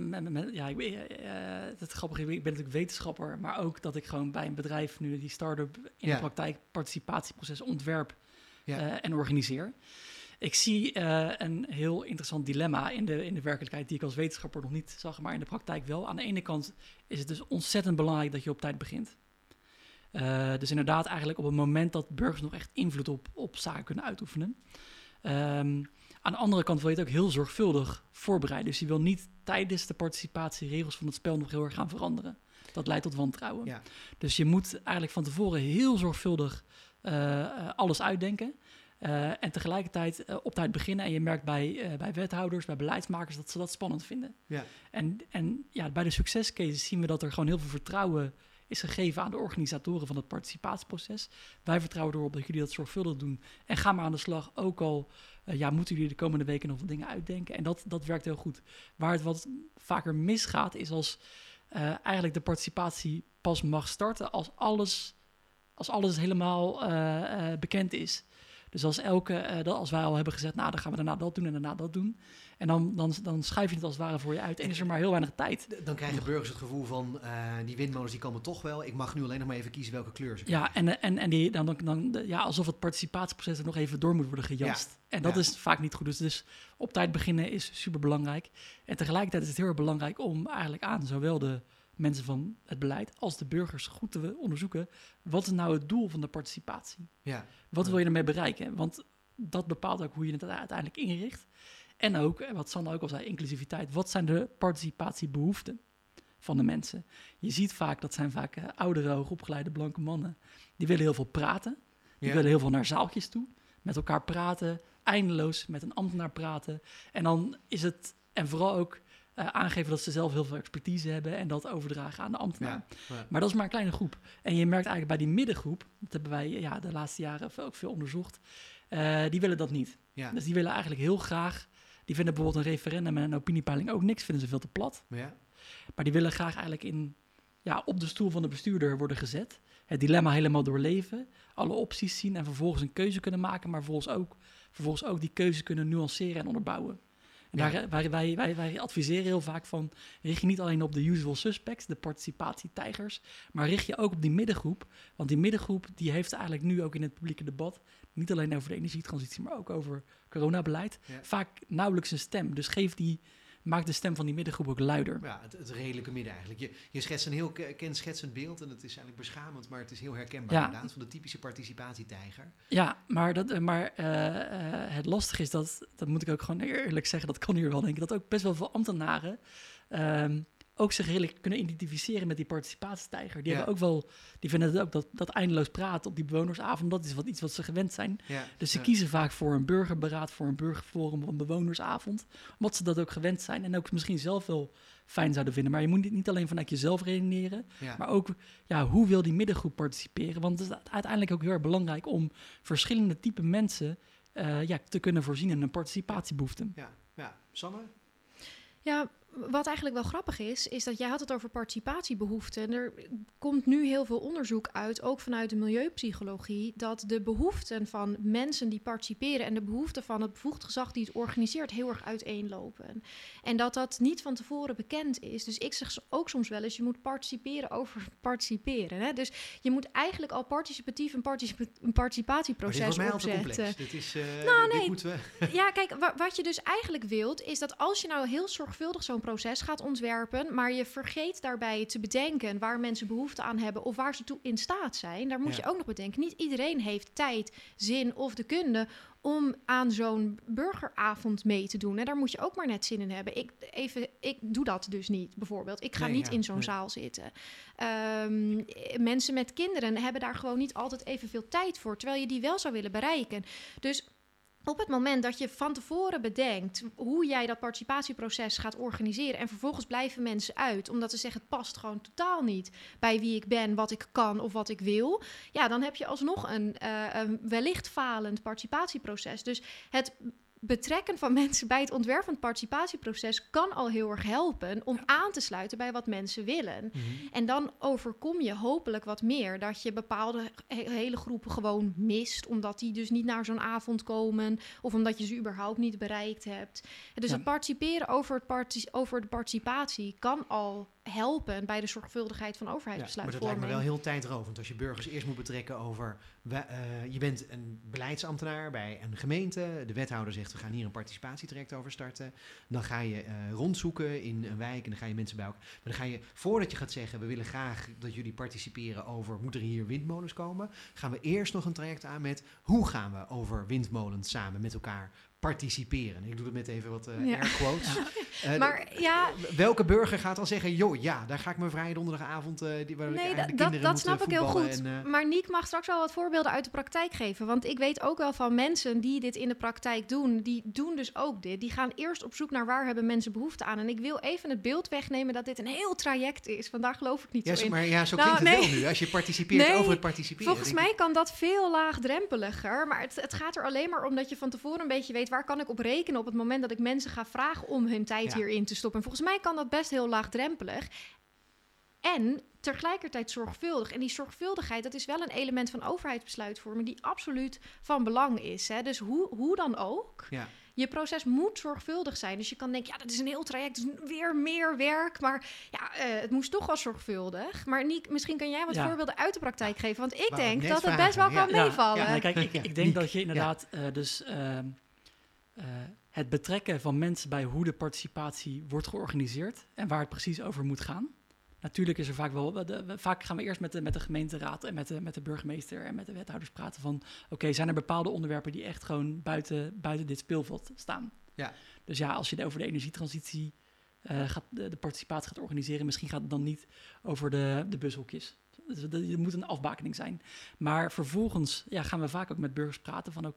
grappige, ik ben natuurlijk wetenschapper, maar ook dat ik gewoon bij een bedrijf nu die start-up in de praktijk participatieproces ontwerp en organiseer. Ik zie een heel interessant dilemma in de werkelijkheid die ik als wetenschapper nog niet zag, maar in de praktijk wel. Aan de ene kant is het dus ontzettend belangrijk dat je op tijd begint. Dus inderdaad eigenlijk op het moment dat burgers nog echt invloed op zaken kunnen uitoefenen. Aan de andere kant wil je het ook heel zorgvuldig voorbereiden. Dus je wil niet tijdens de participatieregels van het spel nog heel erg gaan veranderen. Dat leidt tot wantrouwen. Ja. Dus je moet eigenlijk van tevoren heel zorgvuldig alles uitdenken. En tegelijkertijd op tijd beginnen. En je merkt bij wethouders, bij beleidsmakers, dat ze dat spannend vinden. Ja. En bij de succescases zien we dat er gewoon heel veel vertrouwen is gegeven aan de organisatoren van het participatieproces. Wij vertrouwen erop dat jullie dat zorgvuldig doen. En ga maar aan de slag, ook al moeten jullie de komende weken nog wat dingen uitdenken. En dat werkt heel goed. Waar het wat vaker misgaat, is als eigenlijk de participatie pas mag starten als alles helemaal bekend is. Dus als wij al hebben gezegd, nou, dan gaan we daarna dat doen en daarna dat doen. En dan schuif je het als het ware voor je uit en is er maar heel weinig tijd.
Dan krijgen burgers het gevoel van, die windmolens die komen toch wel. Ik mag nu alleen nog maar even kiezen welke kleur ze krijgen.
Ja, alsof het participatieproces er nog even door moet worden gejast. Ja. En dat is vaak niet goed. Dus op tijd beginnen is super belangrijk. En tegelijkertijd is het heel erg belangrijk om eigenlijk aan zowel de mensen van het beleid als de burgers goed te onderzoeken, wat is nou het doel van de participatie? Ja. Wat wil je ermee bereiken? Want dat bepaalt ook hoe je het uiteindelijk inricht. En ook, wat Sanne ook al zei, inclusiviteit. Wat zijn de participatiebehoeften van de mensen? Je ziet vaak, dat zijn vaak oudere, hoogopgeleide, blanke mannen. Die willen heel veel praten. Die willen heel veel naar zaaltjes toe. Met elkaar praten, eindeloos met een ambtenaar praten. En dan is het, en vooral ook aangeven dat ze zelf heel veel expertise hebben en dat overdragen aan de ambtenaar. Ja. Maar dat is maar een kleine groep. En je merkt eigenlijk bij die middengroep, dat hebben wij de laatste jaren ook veel onderzocht, die willen dat niet. Ja. Dus die willen eigenlijk heel graag, die vinden bijvoorbeeld een referendum en een opiniepeiling ook niks, vinden ze veel te plat. Ja. Maar die willen graag eigenlijk op de stoel van de bestuurder worden gezet, het dilemma helemaal doorleven, alle opties zien en vervolgens een keuze kunnen maken, maar vervolgens ook die keuze kunnen nuanceren en onderbouwen. En wij adviseren heel vaak van, richt je niet alleen op de usual suspects, de participatietijgers, maar richt je ook op die middengroep. Want die middengroep die heeft eigenlijk nu ook in het publieke debat, niet alleen over de energietransitie, maar ook over coronabeleid, vaak nauwelijks een stem. Dus maak de stem van die middengroep ook luider.
Ja, het redelijke midden eigenlijk. Je schetst een heel kenschetsend beeld en het is eigenlijk beschamend, maar het is heel herkenbaar inderdaad, van de typische participatietijger.
Ja, maar het lastige is dat moet ik ook gewoon eerlijk zeggen, dat kan hier wel denk ik, dat ook best wel veel ambtenaren ook zich redelijk kunnen identificeren met die participatietijger. Die hebben ook wel, die vinden het ook dat eindeloos praten op die bewonersavond, dat is iets wat ze gewend zijn. Ja, dus ze kiezen vaak voor een burgerberaad, voor een burgerforum of een bewonersavond, omdat ze dat ook gewend zijn en ook misschien zelf wel fijn zouden vinden. Maar je moet niet alleen vanuit jezelf redeneren, maar ook hoe wil die middengroep participeren? Want het is uiteindelijk ook heel erg belangrijk om verschillende type mensen te kunnen voorzien in een participatiebehoefte.
Ja. Sanne?
Ja, wat eigenlijk wel grappig is dat jij had het over participatiebehoeften. Er komt nu heel veel onderzoek uit, ook vanuit de milieupsychologie, dat de behoeften van mensen die participeren en de behoeften van het bevoegd gezag die het organiseert heel erg uiteenlopen. En dat niet van tevoren bekend is. Dus ik zeg ook soms wel eens, je moet participeren over participeren. Hè? Dus je moet eigenlijk al participatief een participatieproces opzetten.
Dit is
dit
moeten we...
Ja, kijk, wat je dus eigenlijk wilt, is dat als je nou heel zorgvuldig zo'n proces gaat ontwerpen, maar je vergeet daarbij te bedenken waar mensen behoefte aan hebben of waar ze toe in staat zijn, daar moet je ook nog bedenken. Niet iedereen heeft tijd, zin of de kunde om aan zo'n burgeravond mee te doen. En daar moet je ook maar net zin in hebben. Ik doe dat dus niet, bijvoorbeeld. Ik ga niet in zo'n zaal zitten. Mensen met kinderen hebben daar gewoon niet altijd evenveel tijd voor, terwijl je die wel zou willen bereiken. Dus op het moment dat je van tevoren bedenkt hoe jij dat participatieproces gaat organiseren en vervolgens blijven mensen uit, omdat ze zeggen het past gewoon totaal niet bij wie ik ben, wat ik kan of wat ik wil, dan heb je alsnog een wellicht falend participatieproces. Dus het betrekken van mensen bij het ontwerp van het participatieproces kan al heel erg helpen om aan te sluiten bij wat mensen willen. Mm-hmm. En dan overkom je hopelijk wat meer dat je bepaalde hele groepen gewoon mist, omdat die dus niet naar zo'n avond komen of omdat je ze überhaupt niet bereikt hebt. Dus het participeren over de participatie kan al helpen bij de zorgvuldigheid van overheidsbesluitvorming.
Maar dat lijkt me wel heel tijdrovend als je burgers eerst moet betrekken over je bent een beleidsambtenaar bij een gemeente, de wethouder zegt we gaan hier een participatietraject over starten, dan ga je rondzoeken in een wijk en dan ga je mensen bij elkaar. Maar dan ga je, voordat je gaat zeggen we willen graag dat jullie participeren over moet er hier windmolens komen, gaan we eerst nog een traject aan met hoe gaan we over windmolens samen met elkaar participeren. Ik doe het met even wat air quotes.
Maar
welke burger gaat dan zeggen, daar ga ik mijn vrije donderdagavond
dat snap ik heel goed. Maar Niek mag straks wel wat voorbeelden uit de praktijk geven. Want ik weet ook wel van mensen die dit in de praktijk doen. Die doen dus ook dit. Die gaan eerst op zoek naar waar hebben mensen behoefte aan. En ik wil even het beeld wegnemen dat dit een heel traject is. Want daar geloof ik niet zo in.
Maar zo klinkt het wel nu. Als je participeert over het participeren.
Volgens mij kan dat veel laagdrempeliger. Maar het gaat er alleen maar om dat je van tevoren een beetje weet waar kan ik op rekenen op het moment dat ik mensen ga vragen om hun tijd hierin te stoppen. En volgens mij kan dat best heel laagdrempelig. En tegelijkertijd zorgvuldig. En die zorgvuldigheid, dat is wel een element van overheidsbesluitvorming die absoluut van belang is. Hè? Dus hoe dan ook, je proces moet zorgvuldig zijn. Dus je kan denken, dat is een heel traject, het is weer meer werk. Maar het moest toch wel zorgvuldig. Maar Niek, misschien kan jij wat voorbeelden uit de praktijk geven. Want ik denk dat het best wel kan meevallen.
Ja, kijk, ik denk dat je inderdaad het betrekken van mensen bij hoe de participatie wordt georganiseerd en waar het precies over moet gaan. Natuurlijk is er vaak gaan we eerst met de gemeenteraad en met de burgemeester en met de wethouders praten van zijn er bepaalde onderwerpen die echt gewoon buiten dit speelveld staan. Ja. Dus als je over de energietransitie de participatie gaat organiseren, misschien gaat het dan niet over de bushokjes. Dus er moet een afbakening zijn. Maar vervolgens gaan we vaak ook met burgers praten van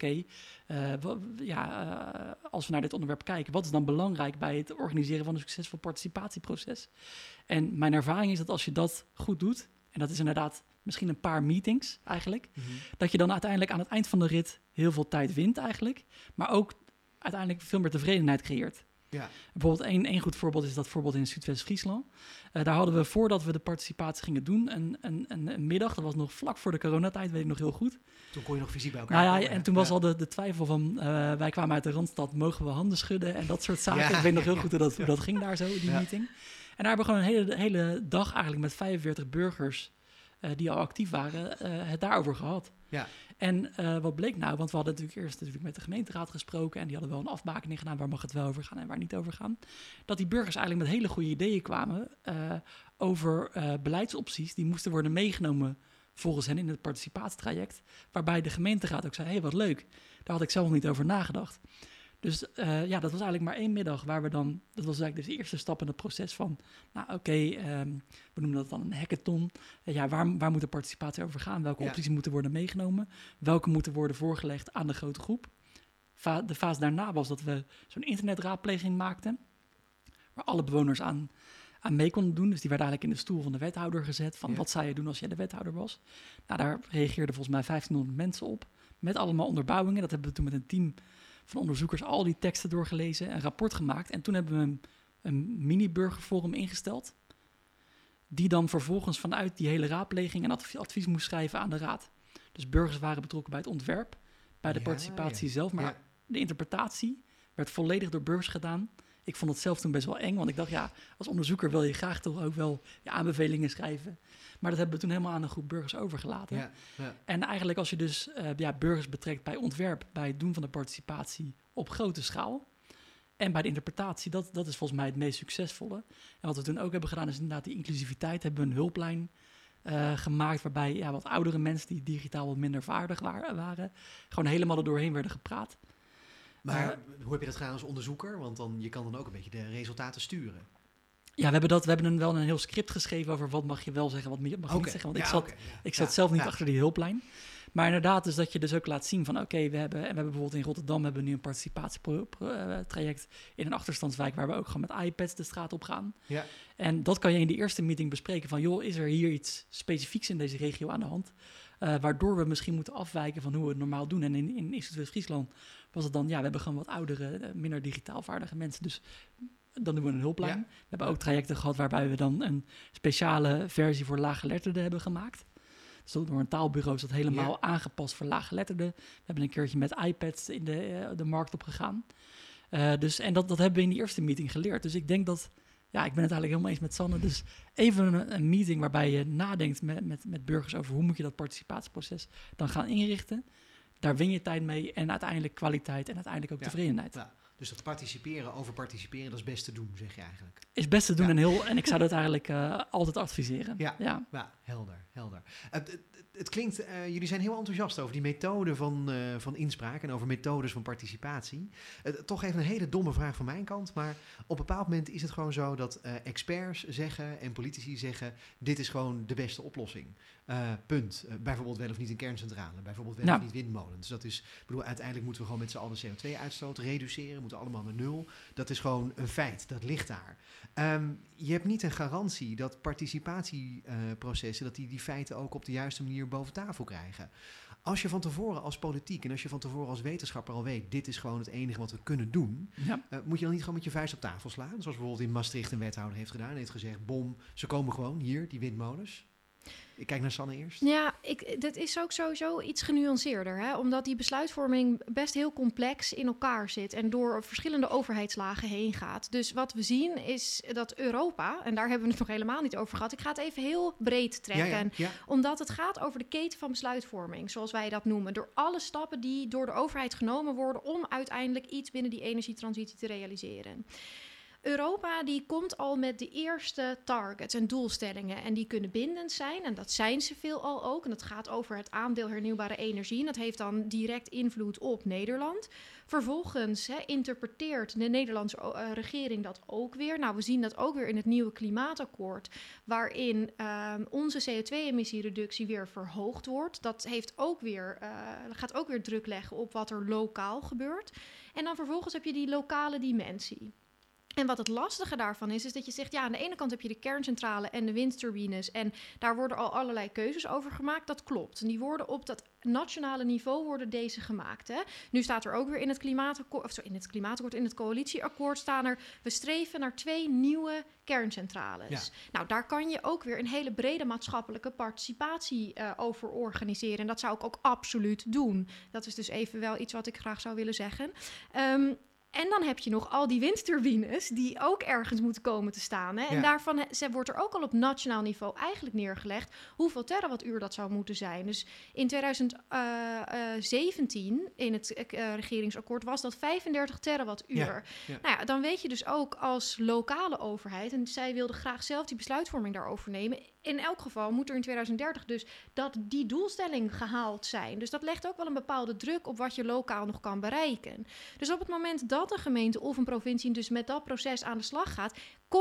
als we naar dit onderwerp kijken, wat is dan belangrijk bij het organiseren van een succesvol participatieproces? En mijn ervaring is dat als je dat goed doet, en dat is inderdaad misschien een paar meetings eigenlijk, dat je dan uiteindelijk aan het eind van de rit heel veel tijd wint eigenlijk, maar ook uiteindelijk veel meer tevredenheid creëert. Ja. Bijvoorbeeld één goed voorbeeld is dat voorbeeld in Zuidwest-Friesland. Daar hadden we, voordat we de participatie gingen doen, een middag. Dat was nog vlak voor de coronatijd, weet ik nog heel goed.
Toen kon je nog fysiek bij elkaar
en toen was al de twijfel van, wij kwamen uit de Randstad, mogen we handen schudden en dat soort zaken. Ja. Ik weet nog heel goed hoe dat ging daar zo, die meeting. En daar hebben we gewoon een hele dag eigenlijk met 45 burgers die al actief waren, het daarover gehad. Ja. En wat bleek nou, want we hadden natuurlijk eerst met de gemeenteraad gesproken en die hadden wel een afbakening gedaan, waar mag het wel over gaan en waar niet over gaan. Dat die burgers eigenlijk met hele goede ideeën kwamen over beleidsopties die moesten worden meegenomen volgens hen in het participatietraject, waarbij de gemeenteraad ook zei, wat leuk, daar had ik zelf nog niet over nagedacht. Dus dat was eigenlijk maar 1 middag waar we dan... Dat was eigenlijk dus de eerste stap in het proces van... we noemen dat dan een hackathon. Waar moet de participatie over gaan? Welke opties moeten worden meegenomen? Welke moeten worden voorgelegd aan de grote groep? De fase daarna was dat we zo'n internetraadpleging maakten... waar alle bewoners aan mee konden doen. Dus die werden eigenlijk in de stoel van de wethouder gezet... van wat zou je doen als jij de wethouder was? Nou, daar reageerden volgens mij 1500 mensen op... met allemaal onderbouwingen. Dat hebben we toen met een team... van onderzoekers al die teksten doorgelezen, een rapport gemaakt. En toen hebben we een mini-burgerforum ingesteld... die dan vervolgens vanuit die hele raadpleging... een advies moest schrijven aan de raad. Dus burgers waren betrokken bij het ontwerp... bij de participatie zelf. Maar de interpretatie werd volledig door burgers gedaan. Ik vond het zelf toen best wel eng. Want ik dacht, als onderzoeker wil je graag toch ook wel je aanbevelingen schrijven. Maar dat hebben we toen helemaal aan een groep burgers overgelaten. Ja. En eigenlijk als je dus burgers betrekt bij ontwerp... bij het doen van de participatie op grote schaal... en bij de interpretatie, dat is volgens mij het meest succesvolle. En wat we toen ook hebben gedaan is inderdaad die inclusiviteit. Hebben we een hulplijn gemaakt... waarbij wat oudere mensen die digitaal wat minder vaardig waren... gewoon helemaal er doorheen werden gepraat.
Maar hoe heb je dat gedaan als onderzoeker? Want je kan dan ook een beetje de resultaten sturen.
Ja, we hebben wel een heel script geschreven over wat mag je wel zeggen, wat mag je niet zeggen. Want ik zat zelf niet achter die hulplijn. Maar inderdaad, dus dat je dus ook laat zien van we hebben bijvoorbeeld in Rotterdam hebben we nu een participatietraject in een achterstandswijk waar we ook gewoon met iPads de straat op gaan. Ja. En dat kan je in de eerste meeting bespreken van is er hier iets specifieks in deze regio aan de hand? Waardoor we misschien moeten afwijken van hoe we het normaal doen. En in Instituut West-Friesland was het dan, we hebben gewoon wat oudere, minder digitaal vaardige mensen. Dus dan doen we een hulplijn. Ja. We hebben ook trajecten gehad waarbij we dan een speciale versie voor laaggeletterden hebben gemaakt. Dus door een taalbureau is dat helemaal aangepast voor laaggeletterden. We hebben een keertje met iPads in de markt opgegaan. En dat hebben we in die eerste meeting geleerd. Dus ik denk dat... Ja, ik ben het eigenlijk helemaal eens met Sanne. Dus even een meeting waarbij je nadenkt met burgers over hoe moet je dat participatieproces dan gaan inrichten. Daar win je tijd mee en uiteindelijk kwaliteit en uiteindelijk ook tevredenheid. Ja.
Dus dat over participeren, dat is best te doen, zeg je eigenlijk.
Is best te doen en ik zou dat eigenlijk altijd adviseren.
Ja, helder. Het klinkt, jullie zijn heel enthousiast over die methode van inspraak en over methodes van participatie. Toch even een hele domme vraag van mijn kant, maar op een bepaald moment is het gewoon zo dat experts zeggen en politici zeggen, dit is gewoon de beste oplossing. Punt. Bijvoorbeeld wel of niet een kerncentrale, bijvoorbeeld wel of niet windmolens. Dat is, uiteindelijk moeten we gewoon met z'n allen CO2-uitstoot reduceren, moeten allemaal naar 0. Dat is gewoon een feit, dat ligt daar. Je hebt niet een garantie dat participatieprocessen, dat die feiten ook op de juiste manier boven tafel krijgen. Als je van tevoren als politiek en als je van tevoren als wetenschapper al weet, dit is gewoon het enige wat we kunnen doen, moet je dan niet gewoon met je vuist op tafel slaan? Zoals bijvoorbeeld in Maastricht een wethouder heeft gedaan en heeft gezegd, bom, ze komen gewoon hier, die windmolens. Ik kijk naar Sanne eerst.
Ja, dat is ook sowieso iets genuanceerder. Hè? Omdat die besluitvorming best heel complex in elkaar zit en door verschillende overheidslagen heen gaat. Dus wat we zien is dat Europa, en daar hebben we het nog helemaal niet over gehad. Ik ga het even heel breed trekken. Ja. Omdat het gaat over de keten van besluitvorming, zoals wij dat noemen. Door alle stappen die door de overheid genomen worden om uiteindelijk iets binnen die energietransitie te realiseren. Europa die komt al met de eerste targets en doelstellingen en die kunnen bindend zijn en dat zijn ze veelal ook. En dat gaat over het aandeel hernieuwbare energie en dat heeft dan direct invloed op Nederland. Vervolgens interpreteert de Nederlandse regering dat ook weer. Nou, we zien dat ook weer in het nieuwe klimaatakkoord, waarin onze CO2-emissiereductie weer verhoogd wordt. Dat heeft ook weer, gaat ook weer druk leggen op wat er lokaal gebeurt. En dan vervolgens heb je die lokale dimensie. En wat het lastige daarvan is dat je zegt, aan de ene kant heb je de kerncentrale en de windturbines en daar worden al allerlei keuzes over gemaakt. Dat klopt. En die worden op dat nationale niveau worden deze gemaakt. Hè? Nu staat er ook weer in het klimaatakkoord, in het coalitieakkoord staan er, we streven naar 2 nieuwe kerncentrales. Ja. Nou, daar kan je ook weer een hele brede maatschappelijke participatie over organiseren. En dat zou ik ook absoluut doen. Dat is dus even wel iets wat ik graag zou willen zeggen. En dan heb je nog al die windturbines die ook ergens moeten komen te staan. Hè? En daarvan wordt er ook al op nationaal niveau eigenlijk neergelegd hoeveel terawattuur dat zou moeten zijn. Dus in 2017 in het regeringsakkoord was dat 35 terawattuur. Ja. Nou ja, dan weet je dus ook als lokale overheid, en zij wilde graag zelf die besluitvorming daarover nemen. In elk geval moet er in 2030 dus die doelstelling gehaald zijn. Dus dat legt ook wel een bepaalde druk op wat je lokaal nog kan bereiken. Dus op het moment dat een gemeente of een provincie dus met dat proces aan de slag gaat,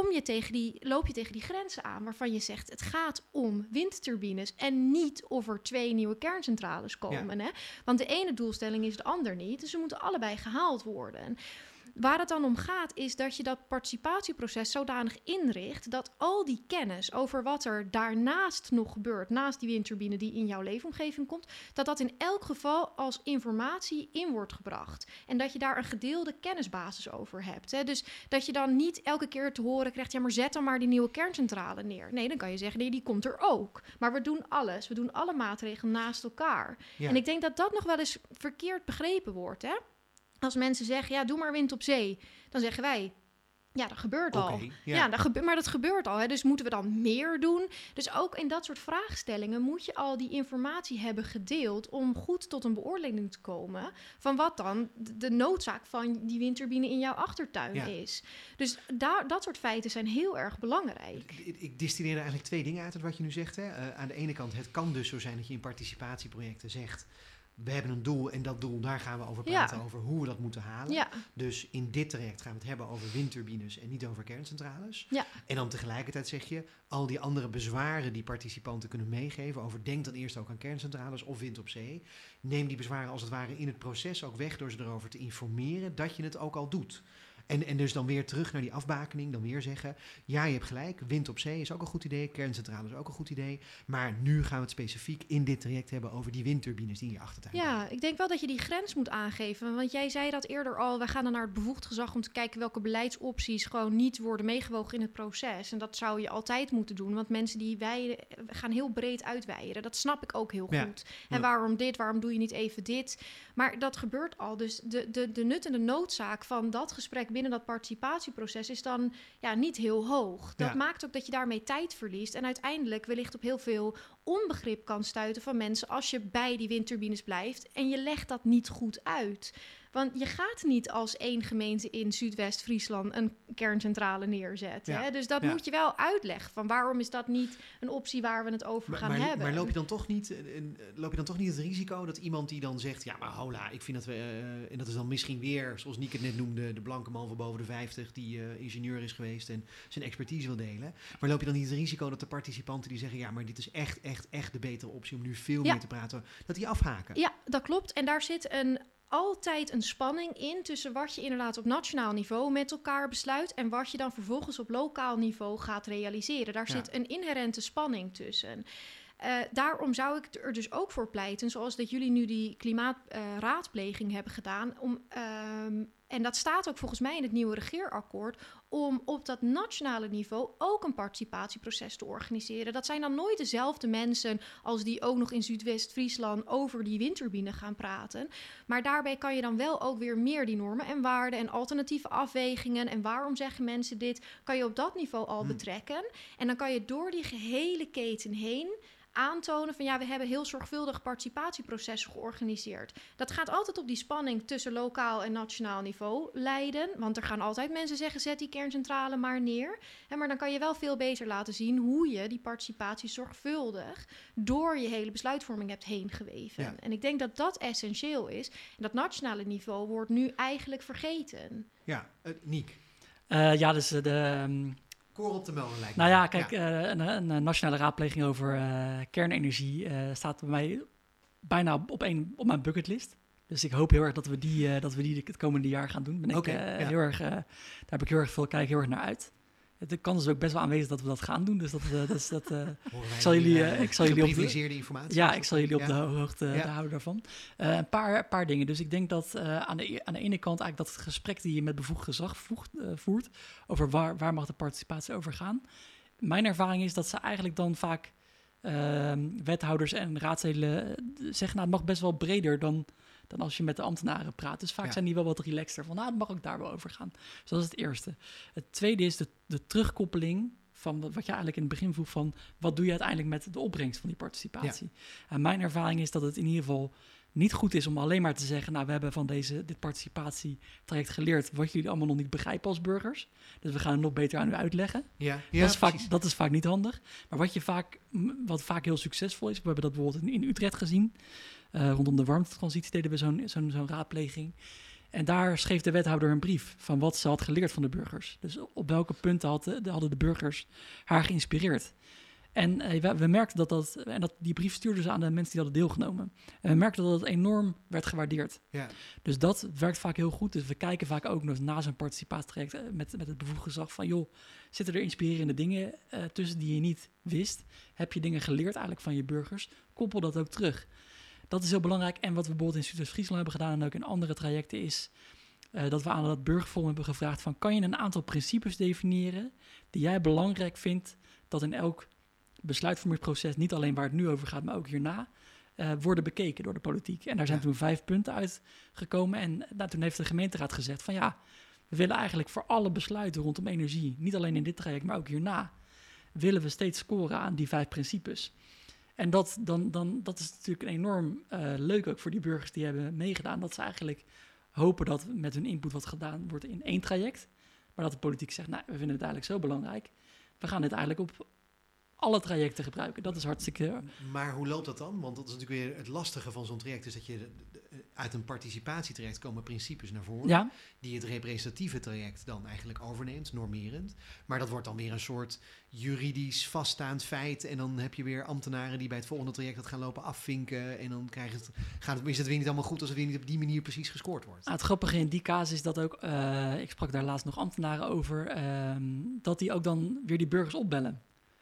loop je tegen die grenzen aan waarvan je zegt, het gaat om windturbines en niet of er 2 nieuwe kerncentrales komen. Hè? Want de ene doelstelling is de ander niet, dus ze moeten allebei gehaald worden. Waar het dan om gaat, is dat je dat participatieproces zodanig inricht dat al die kennis over wat er daarnaast nog gebeurt, naast die windturbine die in jouw leefomgeving komt, dat in elk geval als informatie in wordt gebracht. En dat je daar een gedeelde kennisbasis over hebt. Hè? Dus dat je dan niet elke keer te horen krijgt, ja, maar zet dan maar die nieuwe kerncentrale neer. Nee, dan kan je zeggen, nee, die komt er ook. Maar we doen alles. We doen alle maatregelen naast elkaar. Ja. En ik denk dat dat nog wel eens verkeerd begrepen wordt, hè? Als mensen zeggen, ja, doe maar wind op zee. Dan zeggen wij, ja, dat gebeurt al. Ja, maar dat gebeurt al. Hè? Dus moeten we dan meer doen? Dus ook in dat soort vraagstellingen moet je al die informatie hebben gedeeld om goed tot een beoordeling te komen van wat dan de noodzaak van die windturbine in jouw achtertuin is. Dus dat soort feiten zijn heel erg belangrijk.
Ik distilleer eigenlijk 2 dingen uit wat je nu zegt. Hè. Aan de ene kant, het kan dus zo zijn dat je in participatieprojecten zegt, we hebben een doel en dat doel, daar gaan we over praten, over hoe we dat moeten halen. Ja. Dus in dit traject gaan we het hebben over windturbines en niet over kerncentrales. Ja. En dan tegelijkertijd zeg je, al die andere bezwaren die participanten kunnen meegeven over, denk dan eerst ook aan kerncentrales of wind op zee. Neem die bezwaren als het ware in het proces ook weg door ze erover te informeren dat je het ook al doet. En dus dan weer terug naar die afbakening, dan weer zeggen, ja, je hebt gelijk, wind op zee is ook een goed idee, kerncentrale is ook een goed idee, maar nu gaan we het specifiek in dit traject hebben over die windturbines die in je achtertuin komen.
Ja, ik denk wel dat je die grens moet aangeven, want jij zei dat eerder al, wij gaan dan naar het bevoegd gezag om te kijken welke beleidsopties gewoon niet worden meegewogen in het proces. En dat zou je altijd moeten doen, want mensen die gaan heel breed uitweiden. Dat snap ik ook heel goed. En waarom dit, waarom doe je niet even dit? Maar dat gebeurt al, dus de nut en de noodzaak van dat gesprek binnen dat participatieproces is dan niet heel hoog. Dat maakt ook dat je daarmee tijd verliest en uiteindelijk wellicht op heel veel onbegrip kan stuiten van mensen als je bij die windturbines blijft en je legt dat niet goed uit. Want je gaat niet als één gemeente in Zuidwest-Friesland een kerncentrale neerzetten. Ja. Hè? Dus dat moet je wel uitleggen. Van waarom is dat niet een optie waar we het over gaan hebben?
Maar loop je dan toch niet het risico dat iemand die dan zegt, ja, maar hola, ik vind dat we, en dat is dan misschien weer, zoals Niek het net noemde, de blanke man van boven de 50 die ingenieur is geweest en zijn expertise wil delen. Maar loop je dan niet het risico dat de participanten die zeggen, ja, maar dit is echt de betere optie om nu veel meer te praten, dat die afhaken?
Ja, dat klopt. En daar zit altijd een spanning in tussen wat je inderdaad op nationaal niveau met elkaar besluit en wat je dan vervolgens op lokaal niveau gaat realiseren. Daar zit een inherente spanning tussen. Daarom zou ik er dus ook voor pleiten, zoals dat jullie nu die klimaatraadpleging hebben gedaan, en dat staat ook volgens mij in het nieuwe regeerakkoord, om op dat nationale niveau ook een participatieproces te organiseren. Dat zijn dan nooit dezelfde mensen als die ook nog in Zuidwest-Friesland over die windturbine gaan praten. Maar daarbij kan je dan wel ook weer meer die normen en waarden en alternatieve afwegingen en waarom zeggen mensen dit, kan je op dat niveau al betrekken. En dan kan je door die gehele keten heen aantonen van we hebben heel zorgvuldig participatieprocessen georganiseerd. Dat gaat altijd op die spanning tussen lokaal en nationaal niveau leiden, want er gaan altijd mensen zeggen, zet die kerncentrale maar neer. Maar dan kan je wel veel beter laten zien hoe je die participatie zorgvuldig door je hele besluitvorming hebt heen geweven. Ja. En ik denk dat dat essentieel is. En dat nationale niveau wordt nu eigenlijk vergeten.
Ja, Niek.
Dus de
koor op de molen lijkt me.
Nou ja, kijk, een nationale raadpleging over kernenergie staat bij mij bijna op mijn bucketlist. Dus ik hoop heel erg dat we die het komende jaar gaan doen. Daar heb ik heel erg heel erg naar uit. De kans is ook best wel aanwezig dat we dat gaan doen. Dus ik zal jullie op de hoogte houden daarvan. Een paar dingen. Dus ik denk dat aan de ene kant eigenlijk dat het gesprek die je met bevoegd gezag voert over waar mag de participatie over gaan. Mijn ervaring is dat ze eigenlijk dan vaak wethouders en raadsleden zeggen, het mag best wel breder dan dan als je met de ambtenaren praat. Dus vaak zijn die wel wat relaxter van, dat mag ook daar wel over gaan. Dus dat is het eerste. Het tweede is de terugkoppeling van wat je eigenlijk in het begin vroeg van, wat doe je uiteindelijk met de opbrengst van die participatie? Ja. En mijn ervaring is dat het in ieder geval niet goed is om alleen maar te zeggen, we hebben van dit participatietraject geleerd wat jullie allemaal nog niet begrijpen als burgers. Dus we gaan het nog beter aan u uitleggen. Dat is vaak niet handig. Maar wat vaak heel succesvol is, we hebben dat bijvoorbeeld in Utrecht gezien. Rondom de warmtetransitie deden we zo'n raadpleging. En daar schreef de wethouder een brief van wat ze had geleerd van de burgers. Dus op welke punten hadden de burgers haar geïnspireerd. En we merkten dat die brief stuurden ze aan de mensen die hadden deelgenomen. En we merkten dat het enorm werd gewaardeerd. Ja. Dus dat werkt vaak heel goed. Dus we kijken vaak ook nog na zo'n participatietraject met het bevoegd gezag van, joh, zitten er inspirerende dingen tussen die je niet wist? Heb je dingen geleerd eigenlijk van je burgers? Koppel dat ook terug. Dat is heel belangrijk. En wat we bijvoorbeeld in Zuidwest-Friesland hebben gedaan en ook in andere trajecten is dat we aan dat burgerforum hebben gevraagd van, kan je een aantal principes definiëren die jij belangrijk vindt dat in elk besluitvormingsproces, niet alleen waar het nu over gaat, maar ook hierna, worden bekeken door de politiek. En daar zijn toen 5 punten uitgekomen. En toen heeft de gemeenteraad gezegd van we willen eigenlijk voor alle besluiten rondom energie, niet alleen in dit traject, maar ook hierna, willen we steeds scoren aan die 5 principes. En dat is natuurlijk enorm leuk ook voor die burgers die hebben meegedaan, dat ze eigenlijk hopen dat met hun input wat gedaan wordt in 1 traject, maar dat de politiek zegt, we vinden het eigenlijk zo belangrijk, we gaan dit eigenlijk op alle trajecten gebruiken. Dat is hartstikke...
Maar hoe loopt dat dan? Want dat is natuurlijk weer het lastige van zo'n traject, is dat je uit een participatietraject komen principes naar voren, die het representatieve traject dan eigenlijk overneemt, normerend. Maar dat wordt dan weer een soort juridisch vaststaand feit en dan heb je weer ambtenaren die bij het volgende traject dat gaan lopen afvinken en dan is het weer niet allemaal goed als het weer niet op die manier precies gescoord wordt.
Het grappige in die casus is dat ook, ik sprak daar laatst nog ambtenaren over, dat die ook dan weer die burgers opbellen.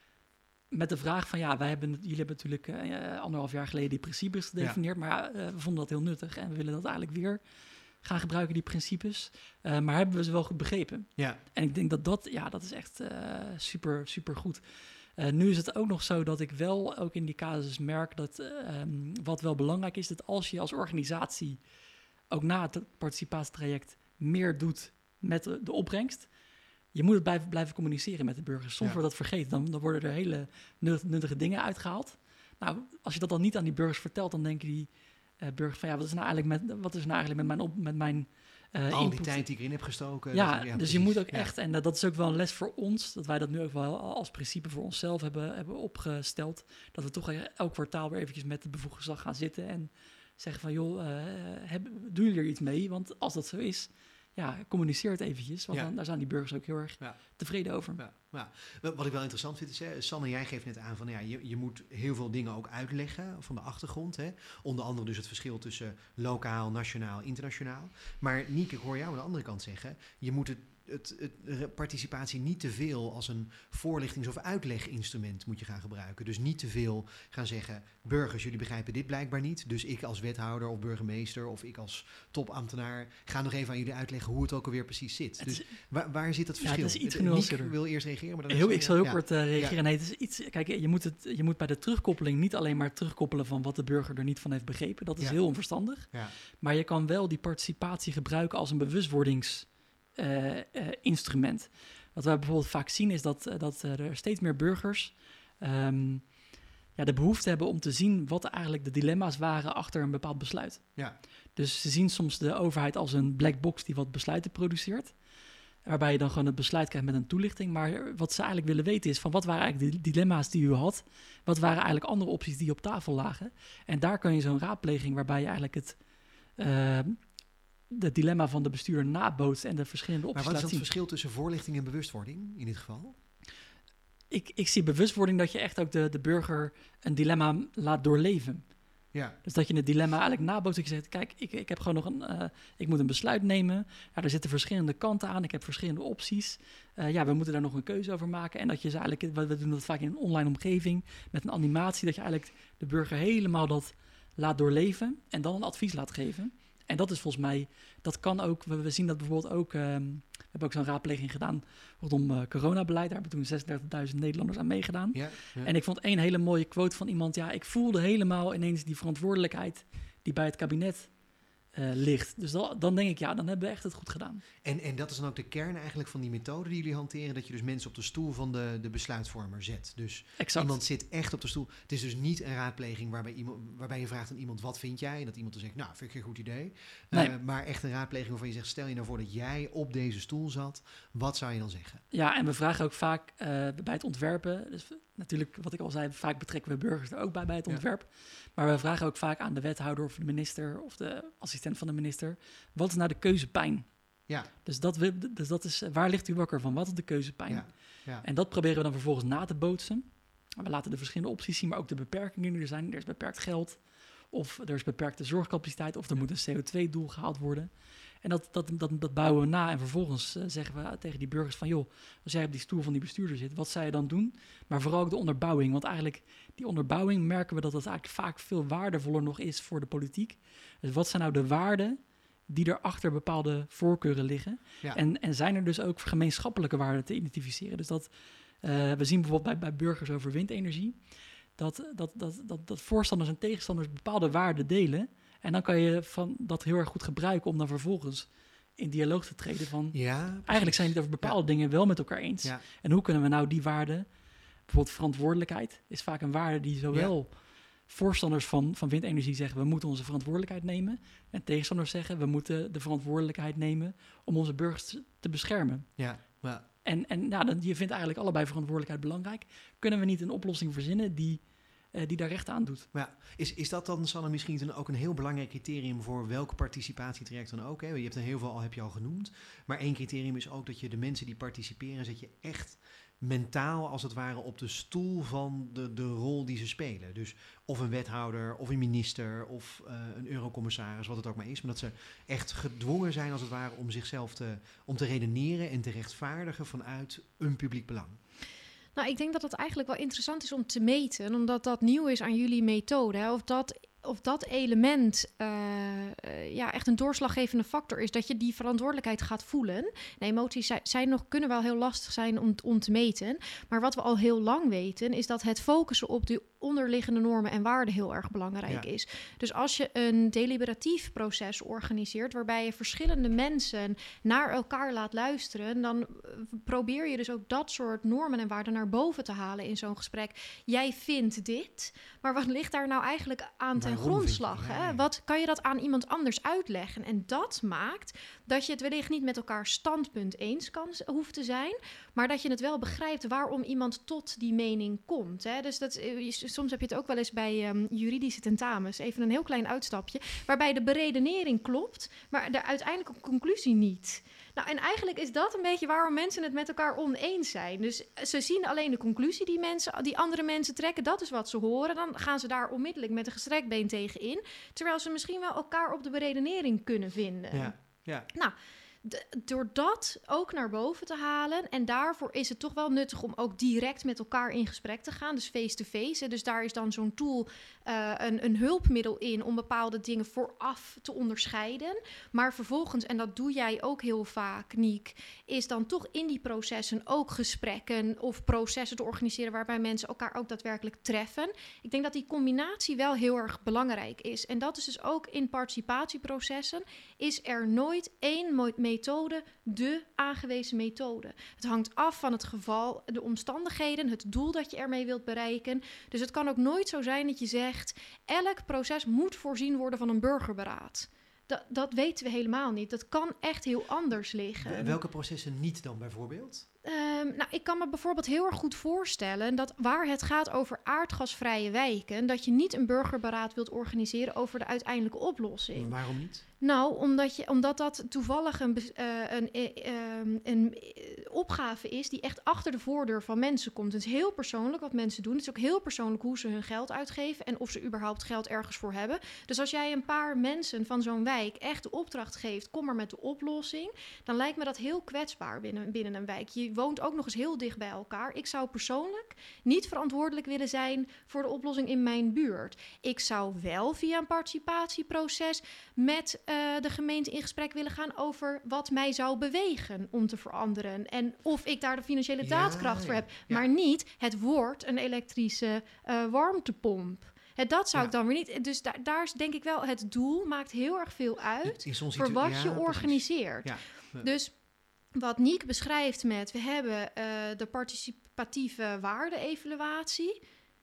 Met de vraag van, jullie hebben natuurlijk 1,5 jaar geleden die principes gedefinieerd, maar we vonden dat heel nuttig en we willen dat eigenlijk weer gaan gebruiken, die principes. Maar hebben we ze wel goed begrepen? Ja. En ik denk dat is echt super, super goed. Nu is het ook nog zo dat ik wel ook in die casus merk dat wat wel belangrijk is, dat als je als organisatie ook na het participatietraject meer doet met de opbrengst, je moet het blijven communiceren met de burgers. Soms wordt dat vergeten. Dan worden er hele nuttige dingen uitgehaald. Nou, als je dat dan niet aan die burgers vertelt, dan denken die burgers van, wat is nou eigenlijk met mijn
al
input?
Die tijd die ik erin heb gestoken.
Dus je moet ook echt, en dat is ook wel een les voor ons, dat wij dat nu ook wel als principe voor onszelf hebben opgesteld, dat we toch elk kwartaal weer eventjes met het bevoegd gezag gaan zitten en zeggen van, doen jullie er iets mee? Want als dat zo is, communiceer het eventjes, want daar zijn die burgers ook heel erg tevreden over.
Ja. Wat ik wel interessant vind is, Sanne, jij geeft net aan van je moet heel veel dingen ook uitleggen van de achtergrond. Hè? Onder andere dus het verschil tussen lokaal, nationaal, internationaal. Maar Niek, ik hoor jou aan de andere kant zeggen, je moet het participatie niet te veel als een voorlichtings- of uitleginstrument moet je gaan gebruiken. Dus niet te veel gaan zeggen, burgers, jullie begrijpen dit blijkbaar niet. Dus ik als wethouder of burgemeester of ik als topambtenaar ga nog even aan jullie uitleggen hoe het ook alweer precies zit. Dus waar zit dat verschil?
Het is iets genuanceerder.
Niek wil eerst reageren. Maar
ik zal heel kort reageren. Nee, het is iets. Kijk, je moet bij de terugkoppeling niet alleen maar terugkoppelen van wat de burger er niet van heeft begrepen. Dat is heel onverstandig. Ja. Maar je kan wel die participatie gebruiken als een bewustwordings instrument. Wat wij bijvoorbeeld vaak zien is dat er steeds meer burgers de behoefte hebben om te zien wat eigenlijk de dilemma's waren achter een bepaald besluit. Ja. Dus ze zien soms de overheid als een black box die wat besluiten produceert, waarbij je dan gewoon het besluit krijgt met een toelichting. Maar wat ze eigenlijk willen weten is van wat waren eigenlijk de dilemma's die u had? Wat waren eigenlijk andere opties die op tafel lagen? En daar kan je zo'n raadpleging waarbij je eigenlijk het dilemma van de bestuurder nabootst en de verschillende opties.
Maar wat is het verschil tussen voorlichting en bewustwording in dit geval?
Ik zie bewustwording dat je echt ook de burger een dilemma laat doorleven. Ja. Dus dat je het dilemma eigenlijk nabootst. Dat je zegt, kijk, ik heb gewoon nog ik moet een besluit nemen. Ja, er zitten verschillende kanten aan. Ik heb verschillende opties. We moeten daar nog een keuze over maken. En dat je ze eigenlijk, we doen dat vaak in een online omgeving met een animatie, dat je eigenlijk de burger helemaal dat laat doorleven en dan een advies laat geven. En dat is volgens mij, dat kan ook, we zien dat bijvoorbeeld ook, we hebben ook zo'n raadpleging gedaan rondom coronabeleid. Daar hebben toen 36.000 Nederlanders aan meegedaan. Ja. En ik vond één hele mooie quote van iemand, ik voelde helemaal ineens die verantwoordelijkheid die bij het kabinet ligt. Dus dan denk ik, dan hebben we echt het goed gedaan.
En dat is dan ook de kern eigenlijk van die methode die jullie hanteren, dat je dus mensen op de stoel van de besluitvormer zet. Dus exact. Iemand zit echt op de stoel. Het is dus niet een raadpleging waarbij je vraagt aan iemand, wat vind jij? En dat iemand dan zegt, nou, vind ik geen goed idee. Nee. Maar echt een raadpleging waarvan je zegt, stel je nou voor dat jij op deze stoel zat, wat zou je dan zeggen?
Ja, en we vragen ook vaak bij het ontwerpen, dus natuurlijk wat ik al zei, vaak betrekken we burgers er ook bij het ontwerp. Maar we vragen ook vaak aan de wethouder of de minister of de assistent van de minister, wat is nou de keuzepijn? Ja. Dus dat is, waar ligt u wakker van? Wat is de keuzepijn? Ja. Ja. En dat proberen we dan vervolgens na te bootsen. We laten de verschillende opties zien, maar ook de beperkingen die er zijn. Er is beperkt geld, of er is beperkte zorgcapaciteit, of er moet een CO2-doel gehaald worden. En dat bouwen we na en vervolgens zeggen we tegen die burgers van, joh, als jij op die stoel van die bestuurder zit, wat zou je dan doen? Maar vooral ook de onderbouwing, want eigenlijk die onderbouwing merken we dat het eigenlijk vaak veel waardevoller nog is voor de politiek. Dus wat zijn nou de waarden die er achter bepaalde voorkeuren liggen? Ja. En zijn er dus ook gemeenschappelijke waarden te identificeren? Dus we zien bijvoorbeeld bij burgers over windenergie, dat voorstanders en tegenstanders bepaalde waarden delen. En dan kan je dat heel erg goed gebruiken om dan vervolgens in dialoog te treden van, eigenlijk zijn het over bepaalde dingen wel met elkaar eens. Ja. En hoe kunnen we nou die waarden, bijvoorbeeld verantwoordelijkheid, is vaak een waarde die zowel voorstanders van windenergie zeggen, we moeten onze verantwoordelijkheid nemen. En tegenstanders zeggen, we moeten de verantwoordelijkheid nemen om onze burgers te beschermen. Ja. Ja. En je vindt eigenlijk allebei verantwoordelijkheid belangrijk. Kunnen we niet een oplossing verzinnen die daar recht aan doet?
Ja. Is dat dan, Sanne, misschien dan ook een heel belangrijk criterium voor welk participatietraject dan ook? Hè? Je hebt er heel veel heb je al genoemd. Maar één criterium is ook dat je de mensen die participeren, zet je echt mentaal als het ware op de stoel van de rol die ze spelen. Dus of een wethouder, of een minister, of een eurocommissaris, wat het ook maar is. Maar dat ze echt gedwongen zijn als het ware om zichzelf te redeneren en te rechtvaardigen vanuit een publiek belang.
Nou, ik denk dat het eigenlijk wel interessant is om te meten, omdat dat nieuw is aan jullie methode. Hè? Of dat element echt een doorslaggevende factor is, dat je die verantwoordelijkheid gaat voelen. En emoties kunnen wel heel lastig zijn om te meten. Maar wat we al heel lang weten, is dat het focussen op de onderliggende normen en waarden heel erg belangrijk is. Dus als je een deliberatief proces organiseert, waarbij je verschillende mensen naar elkaar laat luisteren, dan probeer je dus ook dat soort normen en waarden naar boven te halen in zo'n gesprek. Jij vindt dit, maar wat ligt daar nou eigenlijk aan ten grondslag? Hè? Wat kan je dat aan iemand anders uitleggen? En dat maakt dat je het wellicht niet met elkaar standpunt eens hoeft te zijn, maar dat je het wel begrijpt waarom iemand tot die mening komt. Hè? Dus soms heb je het ook wel eens bij juridische tentamens. Even een heel klein uitstapje, waarbij de beredenering klopt, maar de uiteindelijke conclusie niet. Nou, en eigenlijk is dat een beetje waarom mensen het met elkaar oneens zijn. Dus ze zien alleen de conclusie die andere mensen trekken. Dat is wat ze horen. Dan gaan ze daar onmiddellijk met een gestrekt been tegenin. Terwijl ze misschien wel elkaar op de beredenering kunnen vinden. Ja. Ja. Nou, door dat ook naar boven te halen, en daarvoor is het toch wel nuttig om ook direct met elkaar in gesprek te gaan, dus face-to-face. Dus daar is dan zo'n tool een hulpmiddel in om bepaalde dingen vooraf te onderscheiden. Maar vervolgens, en dat doe jij ook heel vaak, Niek, is dan toch in die processen ook gesprekken of processen te organiseren waarbij mensen elkaar ook daadwerkelijk treffen. Ik denk dat die combinatie wel heel erg belangrijk is. En dat is dus ook in participatieprocessen, is er nooit één methode de aangewezen methode. Het hangt af van het geval, de omstandigheden, het doel dat je ermee wilt bereiken. Dus het kan ook nooit zo zijn dat je zegt, elk proces moet voorzien worden van een burgerberaad. Dat weten we helemaal niet. Dat kan echt heel anders liggen.
Welke processen niet dan bijvoorbeeld?
Ik kan me bijvoorbeeld heel erg goed voorstellen dat waar het gaat over aardgasvrije wijken, dat je niet een burgerberaad wilt organiseren over de uiteindelijke oplossing.
Maar waarom niet?
Nou, omdat dat toevallig een opgave is die echt achter de voordeur van mensen komt. Het is heel persoonlijk wat mensen doen. Het is ook heel persoonlijk hoe ze hun geld uitgeven en of ze überhaupt geld ergens voor hebben. Dus als jij een paar mensen van zo'n wijk echt de opdracht geeft, kom maar met de oplossing, dan lijkt me dat heel kwetsbaar binnen een wijk. Je woont ook nog eens heel dicht bij elkaar. Ik zou persoonlijk niet verantwoordelijk willen zijn voor de oplossing in mijn buurt. Ik zou wel via een participatieproces met de gemeente in gesprek willen gaan over wat mij zou bewegen om te veranderen. En of ik daar de financiële daadkracht voor heb. Ja. Maar niet, het wordt een elektrische warmtepomp. Dat zou ik dan weer niet... Dus daar is denk ik wel... Het doel maakt heel erg veel uit voor wat je organiseert. Ja. Dus wat Niek beschrijft met... We hebben de participatieve waarde-evaluatie...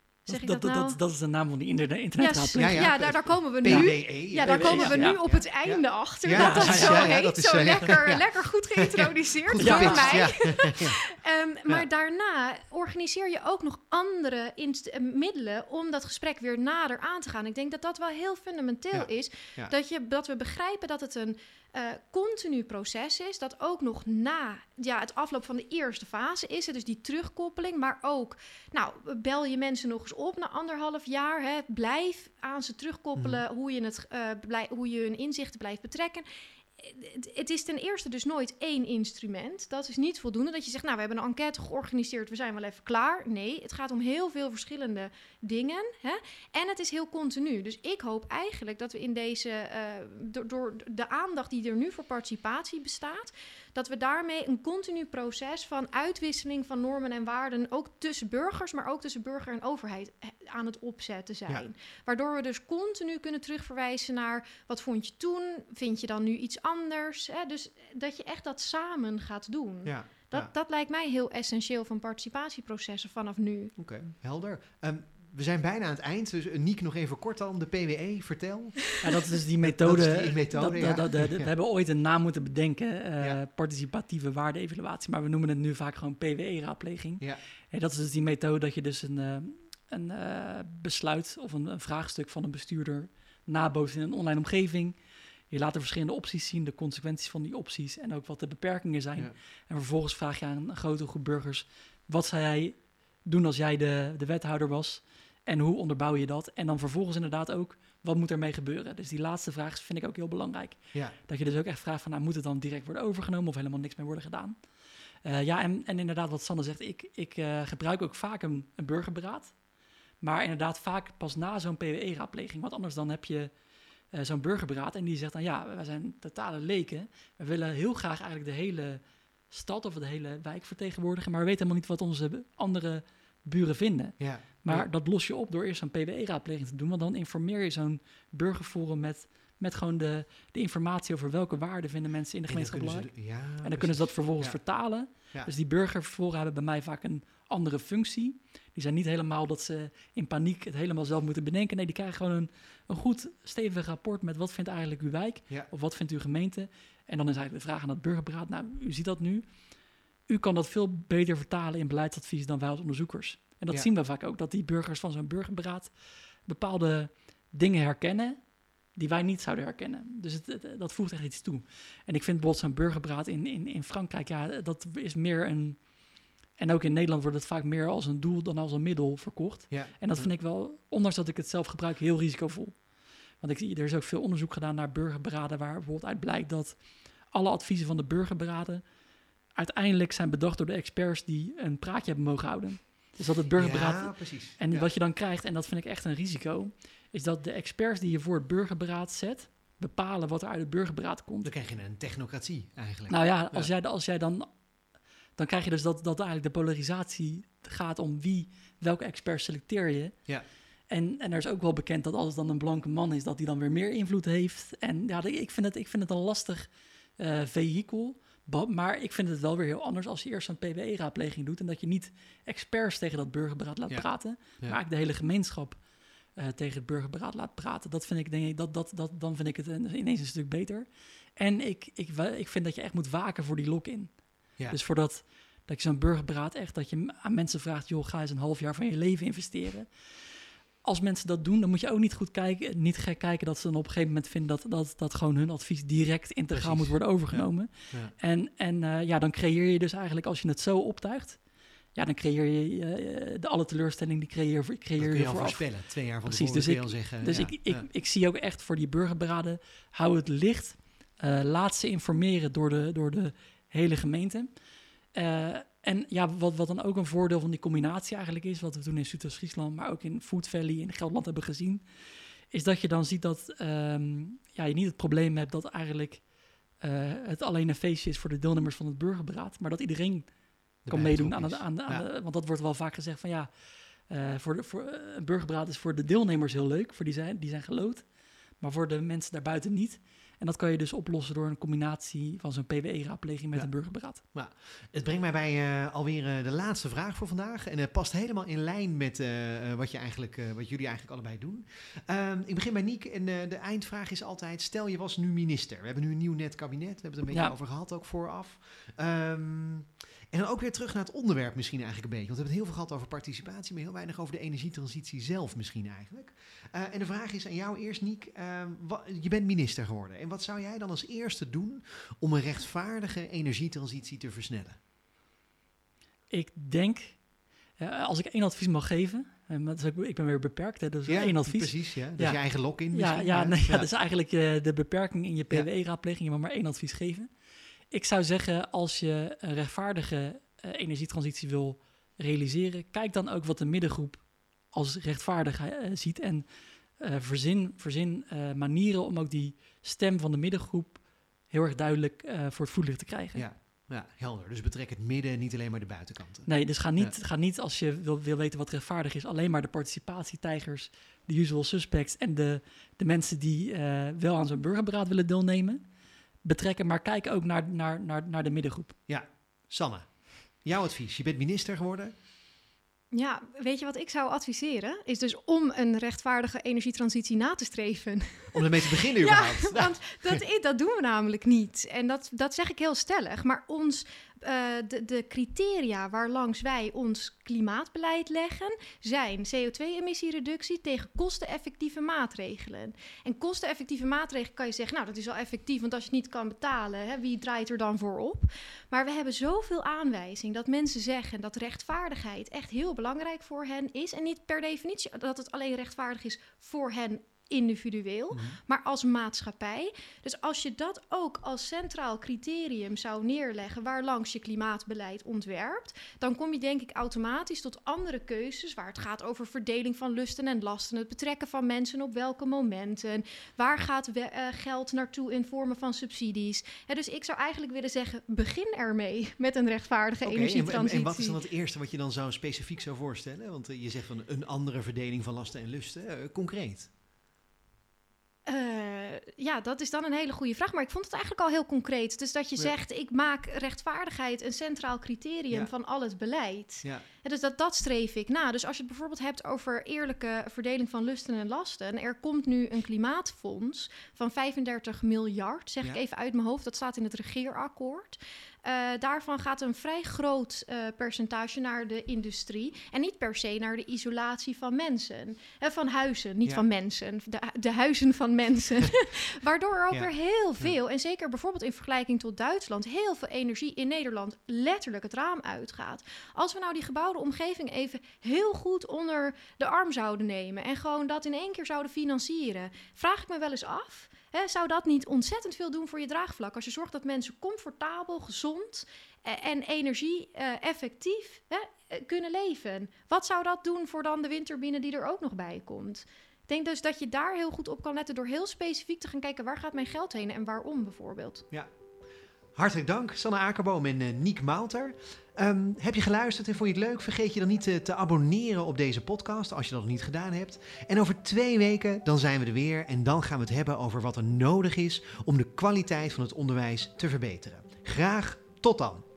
Dat is de naam van die internetraadpleging.
Daar komen we nu. PWE, daar komen we nu op het einde achter. Dat zo heet. Dat is zo lekker goed geïntroduceerd
goed
door mij.
Ja.
Maar daarna organiseer je ook nog andere middelen om dat gesprek weer nader aan te gaan. Ik denk dat dat wel heel fundamenteel is. Ja. Dat we begrijpen dat het een continu proces is. Dat ook nog na het afloop van de eerste fase is. Dus die terugkoppeling. Maar ook, bel je mensen nog eens op na 1,5 jaar. Blijf aan ze terugkoppelen hoe je hun inzichten blijft betrekken. Het is ten eerste dus nooit één instrument. Dat is niet voldoende dat je zegt, we hebben een enquête georganiseerd, we zijn wel even klaar. Nee, het gaat om heel veel verschillende dingen. En het is heel continu. Dus ik hoop eigenlijk dat we in deze, door de aandacht die er nu voor participatie bestaat, dat we daarmee een continu proces van uitwisseling van normen en waarden, ook tussen burgers, maar ook tussen burger en overheid, aan het opzetten zijn. Ja. Waardoor we dus continu kunnen terugverwijzen naar, wat vond je toen? Vind je dan nu iets anders? Dus dat je echt dat samen gaat doen. Ja. Dat lijkt mij heel essentieel van participatieprocessen vanaf nu.
Oké, helder. We zijn bijna aan het eind, dus Niek nog even kort dan, de PWE, vertel.
Ja, dat is dus die methode. We hebben ooit een naam moeten bedenken, participatieve waarde-evaluatie, maar we noemen het nu vaak gewoon PWE-raadpleging. Ja. Dat is dus die methode dat je dus een besluit of een vraagstuk van een bestuurder nabootst in een online omgeving. Je laat de verschillende opties zien, de consequenties van die opties en ook wat de beperkingen zijn. Ja. En vervolgens vraag je aan een grote groep burgers, wat zou jij doen als jij de wethouder was? En hoe onderbouw je dat? En dan vervolgens inderdaad ook, wat moet ermee gebeuren? Dus die laatste vraag vind ik ook heel belangrijk. Ja. Dat je dus ook echt vraagt van, moet het dan direct worden overgenomen of helemaal niks meer worden gedaan? En inderdaad, wat Sanne zegt, ik gebruik ook vaak een burgerberaad. Maar inderdaad vaak pas na zo'n PWE-raadpleging. Want anders dan heb je zo'n burgerberaad en die zegt dan, wij zijn totale leken. We willen heel graag eigenlijk de hele stad of de hele wijk vertegenwoordigen, maar we weten helemaal niet wat onze andere buren vinden. Ja. Maar dat los je op door eerst een PWE-raadpleging te doen, want dan informeer je zo'n burgerforum met gewoon de informatie over welke waarden vinden mensen in de gemeenschap belangrijk. En dan kunnen ze dat vervolgens vertalen. Ja. Dus die burgerforum hebben bij mij vaak een andere functie. Die zijn niet helemaal dat ze in paniek het helemaal zelf moeten bedenken. Nee, die krijgen gewoon een goed stevig rapport met wat vindt eigenlijk uw wijk of wat vindt uw gemeente. En dan is eigenlijk de vraag aan het burgerberaad, u ziet dat nu. U kan dat veel beter vertalen in beleidsadvies dan wij als onderzoekers. En dat zien we vaak ook, dat die burgers van zo'n burgerberaad bepaalde dingen herkennen die wij niet zouden herkennen. Dus dat voegt echt iets toe. En ik vind bijvoorbeeld zo'n burgerberaad in Frankrijk, dat is meer een... En ook in Nederland wordt het vaak meer als een doel dan als een middel verkocht. Ja. En dat vind ik wel, ondanks dat ik het zelf gebruik, heel risicovol. Want er is ook veel onderzoek gedaan naar burgerberaden, waar bijvoorbeeld uit blijkt dat alle adviezen van de burgerberaden uiteindelijk zijn bedacht door de experts die een praatje hebben mogen houden. Dus dat het burgerberaad... Ja, precies. En wat je dan krijgt, en dat vind ik echt een risico, is dat de experts die je voor het burgerberaad zet, bepalen wat er uit het burgerberaad komt.
Dan krijg je een technocratie eigenlijk.
Nou ja, als jij dan krijg je dus dat eigenlijk de polarisatie gaat om welke expert selecteer je. Ja. En er is ook wel bekend dat als het dan een blanke man is, dat die dan weer meer invloed heeft. En ik vind het een lastig vehikel. Maar ik vind het wel weer heel anders als je eerst een PWE-raadpleging doet en dat je niet experts tegen dat burgerberaad laat praten, maar eigenlijk de hele gemeenschap tegen het burgerberaad laat praten. Dat vind ik, denk ik, dan vind ik het ineens een stuk beter. En ik vind dat je echt moet waken voor die lock-in. Ja. Dus voordat dat je zo'n burgerberaad echt, dat je aan mensen vraagt, joh, ga eens een half jaar van je leven investeren. Als mensen dat doen, dan moet je ook niet gek kijken dat ze dan op een gegeven moment vinden dat gewoon hun advies direct integraal moet worden overgenomen. Ja. En dan creëer je dus eigenlijk, als je het zo optuigt, dan creëer je alle teleurstelling, die creëer je
kun je al voorspellen, 2 jaar van tevoren kun je al zeggen.
Dus ik zie ook echt voor die burgerberaden, hou het licht, laat ze informeren door de hele gemeente. En wat dan ook een voordeel van die combinatie eigenlijk is, wat we toen in Zuidoost-Friesland, maar ook in Food Valley in Gelderland hebben gezien, is dat je dan ziet dat je niet het probleem hebt dat eigenlijk het alleen een feestje is voor de deelnemers van het burgerberaad, maar dat iedereen kan meedoen aan want dat wordt wel vaak gezegd van Een burgerberaad is voor de deelnemers heel leuk, die zijn geloot. Maar voor de mensen daarbuiten niet. En dat kan je dus oplossen door een combinatie van zo'n PWE-raadpleging met een burgerberaad.
Ja. Het brengt mij bij alweer de laatste vraag voor vandaag. En het past helemaal in lijn met wat jullie eigenlijk allebei doen. Ik begin bij Niek en de eindvraag is altijd, stel je was nu minister. We hebben nu een nieuw net kabinet, we hebben het een beetje over gehad ook vooraf. En dan ook weer terug naar het onderwerp misschien eigenlijk een beetje. Want we hebben het heel veel gehad over participatie, maar heel weinig over de energietransitie zelf misschien eigenlijk. En de vraag is aan jou eerst, Niek. Je bent minister geworden. En wat zou jij dan als eerste doen om een rechtvaardige energietransitie te versnellen?
Ik denk, als ik 1 advies mag geven, ik ben weer beperkt, hè, dus 1 advies.
Precies, ja. Dat is je eigen lock-in misschien.
Dat is eigenlijk de beperking in je PWE-raadpleging. Je mag maar 1 advies geven. Ik zou zeggen, als je een rechtvaardige energietransitie wil realiseren, kijk dan ook wat de middengroep als rechtvaardig ziet en verzin manieren om ook die stem van de middengroep heel erg duidelijk voor het voetlicht te krijgen.
Ja, helder. Dus betrek het midden, niet alleen maar de buitenkanten.
Nee, dus ga niet als je wil weten wat rechtvaardig is, alleen maar de participatietijgers, de usual suspects en de mensen die wel aan zo'n burgerberaad willen deelnemen betrekken, maar kijk ook naar de middengroep.
Ja, Sanne, jouw advies. Je bent minister geworden.
Ja, weet je wat ik zou adviseren? Is dus om een rechtvaardige energietransitie na te streven.
Om ermee te beginnen überhaupt.
Want dat doen we namelijk niet. En dat zeg ik heel stellig. Maar de criteria waarlangs wij ons klimaatbeleid leggen zijn CO2-emissiereductie tegen kosteneffectieve maatregelen. En kosteneffectieve maatregelen kan je zeggen, nou dat is wel effectief, want als je het niet kan betalen, wie draait er dan voor op? Maar we hebben zoveel aanwijzing dat mensen zeggen dat rechtvaardigheid echt heel belangrijk voor hen is. En niet per definitie dat het alleen rechtvaardig is voor hen individueel, maar als maatschappij. Dus als je dat ook als centraal criterium zou neerleggen waarlangs je klimaatbeleid ontwerpt, dan kom je denk ik automatisch tot andere keuzes waar het gaat over verdeling van lusten en lasten, het betrekken van mensen op welke momenten, waar gaat geld naartoe in vormen van subsidies. Dus ik zou eigenlijk willen zeggen, begin ermee met een rechtvaardige energietransitie.
En wat is dan het eerste wat je dan zo specifiek zou voorstellen? Want je zegt van een andere verdeling van lasten en lusten. Concreet.
Dat is dan een hele goede vraag. Maar ik vond het eigenlijk al heel concreet. Dus dat je zegt, ik maak rechtvaardigheid een centraal criterium van al het beleid. Ja. Dus dat streef ik na. Dus als je het bijvoorbeeld hebt over eerlijke verdeling van lusten en lasten. Er komt nu een klimaatfonds van 35 miljard, zeg ik even uit mijn hoofd. Dat staat in het regeerakkoord. Daarvan gaat een vrij groot percentage naar de industrie. En niet per se naar de isolatie van mensen. Van huizen, niet van mensen. De huizen van mensen. Waardoor er ook weer heel veel, en zeker bijvoorbeeld in vergelijking tot Duitsland, heel veel energie in Nederland letterlijk het raam uitgaat. Als we nou die gebouwde omgeving even heel goed onder de arm zouden nemen en gewoon dat in één keer zouden financieren, vraag ik me wel eens af, zou dat niet ontzettend veel doen voor je draagvlak? Als je zorgt dat mensen comfortabel, gezond en energie-effectief kunnen leven. Wat zou dat doen voor dan de windturbine die er ook nog bij komt? Ik denk dus dat je daar heel goed op kan letten door heel specifiek te gaan kijken, waar gaat mijn geld heen en waarom bijvoorbeeld.
Ja. Hartelijk dank, Sanne Akerboom en Niek Maalter. Heb je geluisterd en vond je het leuk? Vergeet je dan niet te abonneren op deze podcast als je dat nog niet gedaan hebt. En over 2 weken dan zijn we er weer en dan gaan we het hebben over wat er nodig is om de kwaliteit van het onderwijs te verbeteren. Graag tot dan.